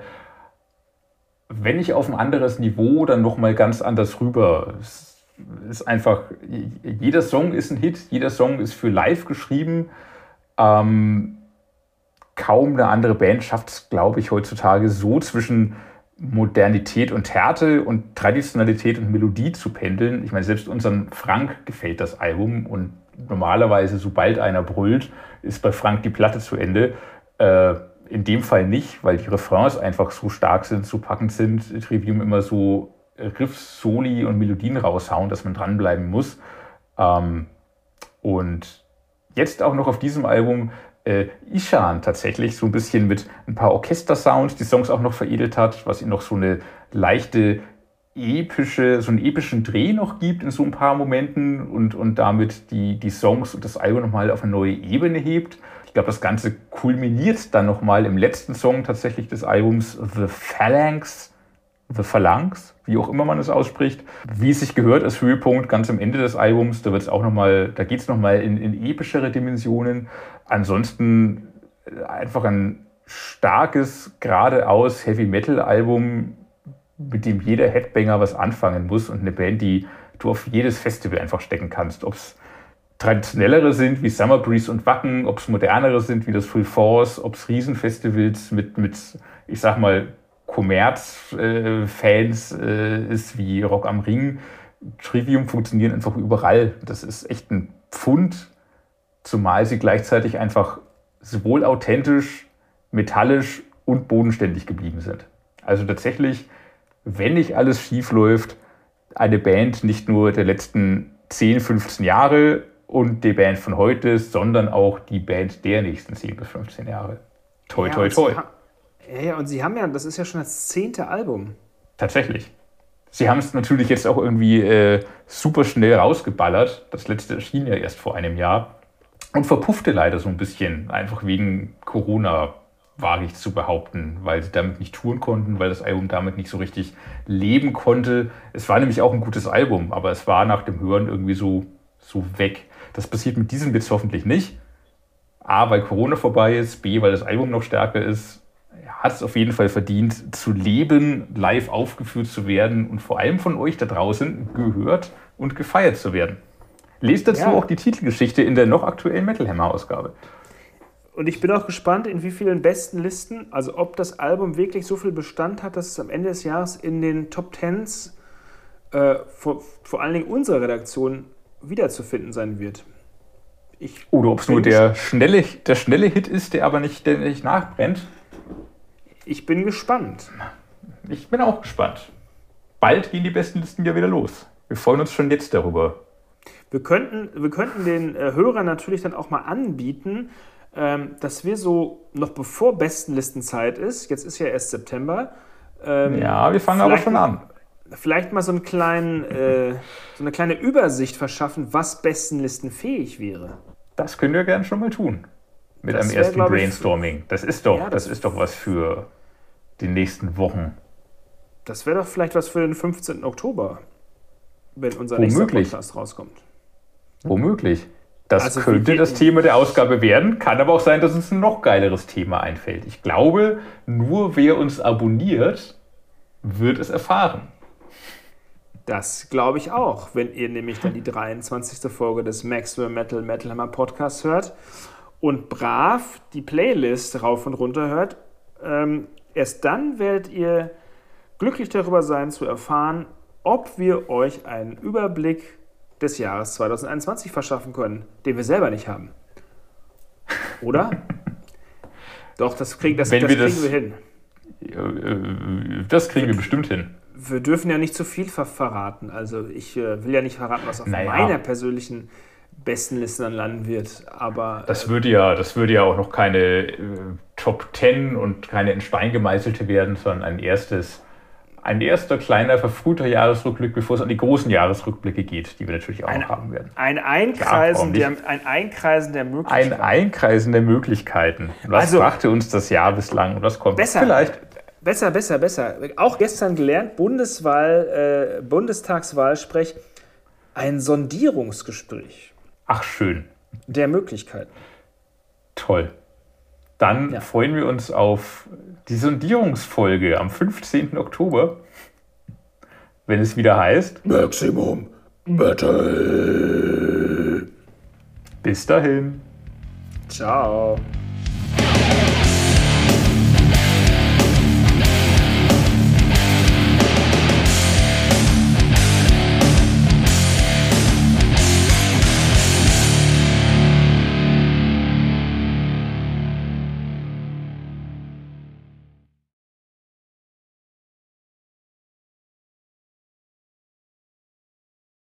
wenn nicht auf ein anderes Niveau, dann nochmal ganz anders rüber. Es ist einfach, jeder Song ist ein Hit, jeder Song ist für live geschrieben. Ähm, Kaum eine andere Band schafft es, glaube ich, heutzutage so zwischen Modernität und Härte und Traditionalität und Melodie zu pendeln. Ich meine, selbst unserem Frank gefällt das Album und normalerweise, sobald einer brüllt, ist bei Frank die Platte zu Ende. Äh, in dem Fall nicht, weil die Refrains einfach so stark sind, so packend sind, Trivium immer so Riffs, Soli und Melodien raushauen, dass man dranbleiben muss. Ähm, und jetzt auch noch auf diesem Album Äh, Ishan tatsächlich so ein bisschen mit ein paar Orchestersounds die Songs auch noch veredelt hat, was ihm noch so eine leichte epische, so einen epischen Dreh noch gibt in so ein paar Momenten und, und damit die, die Songs und das Album nochmal auf eine neue Ebene hebt. Ich glaube, das Ganze kulminiert dann nochmal im letzten Song tatsächlich des Albums, The Phalanx, The Phalanx, wie auch immer man es ausspricht, wie es sich gehört als Höhepunkt ganz am Ende des Albums. Da wird's auch noch mal, da geht es nochmal in, in epischere Dimensionen. Ansonsten einfach ein starkes, geradeaus Heavy-Metal-Album, mit dem jeder Headbanger was anfangen muss und eine Band, die du auf jedes Festival einfach stecken kannst. Ob es traditionellere sind wie Summer Breeze und Wacken, ob es modernere sind wie das Full Force, ob Riesenfestivals mit, mit, ich sag mal, Kommerz-Fans äh, ist wie Rock am Ring. Trivium funktionieren einfach überall. Das ist echt ein Pfund, zumal sie gleichzeitig einfach sowohl authentisch, metallisch und bodenständig geblieben sind. Also tatsächlich, wenn nicht alles schief läuft, eine Band nicht nur der letzten zehn, fünfzehn Jahre und die Band von heute, sondern auch die Band der nächsten zehn bis fünfzehn Jahre. Toi, toi, toi. Ja, ja, und sie haben ja, das ist ja schon das zehnte Album. Tatsächlich. Sie haben es natürlich jetzt auch irgendwie äh, super schnell rausgeballert. Das letzte erschien ja erst vor einem Jahr und verpuffte leider so ein bisschen, einfach wegen Corona, wage ich zu behaupten, weil sie damit nicht touren konnten, weil das Album damit nicht so richtig leben konnte. Es war nämlich auch ein gutes Album, aber es war nach dem Hören irgendwie so, so weg. Das passiert mit diesem jetzt hoffentlich nicht. A, weil Corona vorbei ist, B, weil das Album noch stärker ist. Hat es auf jeden Fall verdient, zu leben, live aufgeführt zu werden und vor allem von euch da draußen gehört und gefeiert zu werden. Lest dazu ja auch die Titelgeschichte in der noch aktuellen Metal Hammer-Ausgabe. Und ich bin auch gespannt, in wie vielen besten Listen, also ob das Album wirklich so viel Bestand hat, dass es am Ende des Jahres in den Top Tens äh, vor, vor allen Dingen unserer Redaktion wiederzufinden sein wird. Ich Oder ob es nur der schnelle, der schnelle Hit ist, der aber nicht, der nicht nachbrennt. Ich bin gespannt. Ich bin auch gespannt. Bald gehen die besten Listen ja wieder los. Wir freuen uns schon jetzt darüber. Wir könnten, wir könnten den äh, Hörern natürlich dann auch mal anbieten, ähm, dass wir so, noch bevor Bestenlistenzeit ist, jetzt ist ja erst September. Ähm, ja, wir fangen aber schon an. Vielleicht mal so, einen kleinen, äh, so eine kleine Übersicht verschaffen, was Bestenlistenfähig wäre. Das können wir gerne schon mal tun. Mit das einem ersten wär, Brainstorming. Das ist doch, ja, das, das ist doch was für die nächsten Wochen. Das wäre doch vielleicht was für den fünfzehnten Oktober, wenn unser nächster Podcast rauskommt. Womöglich. Das also könnte das Thema der Ausgabe werden. Kann aber auch sein, dass uns ein noch geileres Thema einfällt. Ich glaube, nur wer uns abonniert, wird es erfahren. Das glaube ich auch, wenn ihr nämlich dann die dreiundzwanzigste Folge des Maximum Metal Metal Hammer Podcasts hört und brav die Playlist rauf und runter hört. Ähm, erst dann werdet ihr glücklich darüber sein, zu erfahren, ob wir euch einen Überblick des Jahres zwanzig einundzwanzig verschaffen können, den wir selber nicht haben. Oder? Doch, das, krieg, das, Wenn das wir kriegen das, wir hin. Das kriegen wir bestimmt hin. Wir dürfen ja nicht zu viel ver verraten. Also ich äh, will ja nicht verraten, was auf naja. meiner persönlichen besten Liste dann landen wird. Aber äh, das würde ja, das würde ja auch noch keine äh, Top Ten und keine in Stein gemeißelte werden, sondern ein erstes, ein erster kleiner verfrühter Jahresrückblick, bevor es an die großen Jahresrückblicke geht, die wir natürlich auch ein, noch haben werden. Ein Einkreisen, ja, der, ein Einkreisen der Möglichkeiten. Ein Einkreisen der Möglichkeiten. Was also, brachte uns das Jahr bislang und was kommt besser, vielleicht? Besser, besser, besser. Auch gestern gelernt, Bundeswahl, äh, Bundestagswahlsprech, ein Sondierungsgespräch. Ach, schön. Der Möglichkeiten. Toll. Dann ja. freuen wir uns auf die Sondierungsfolge am fünfzehnten Oktober, wenn es wieder heißt Maximum Metal. Bis dahin. Ciao.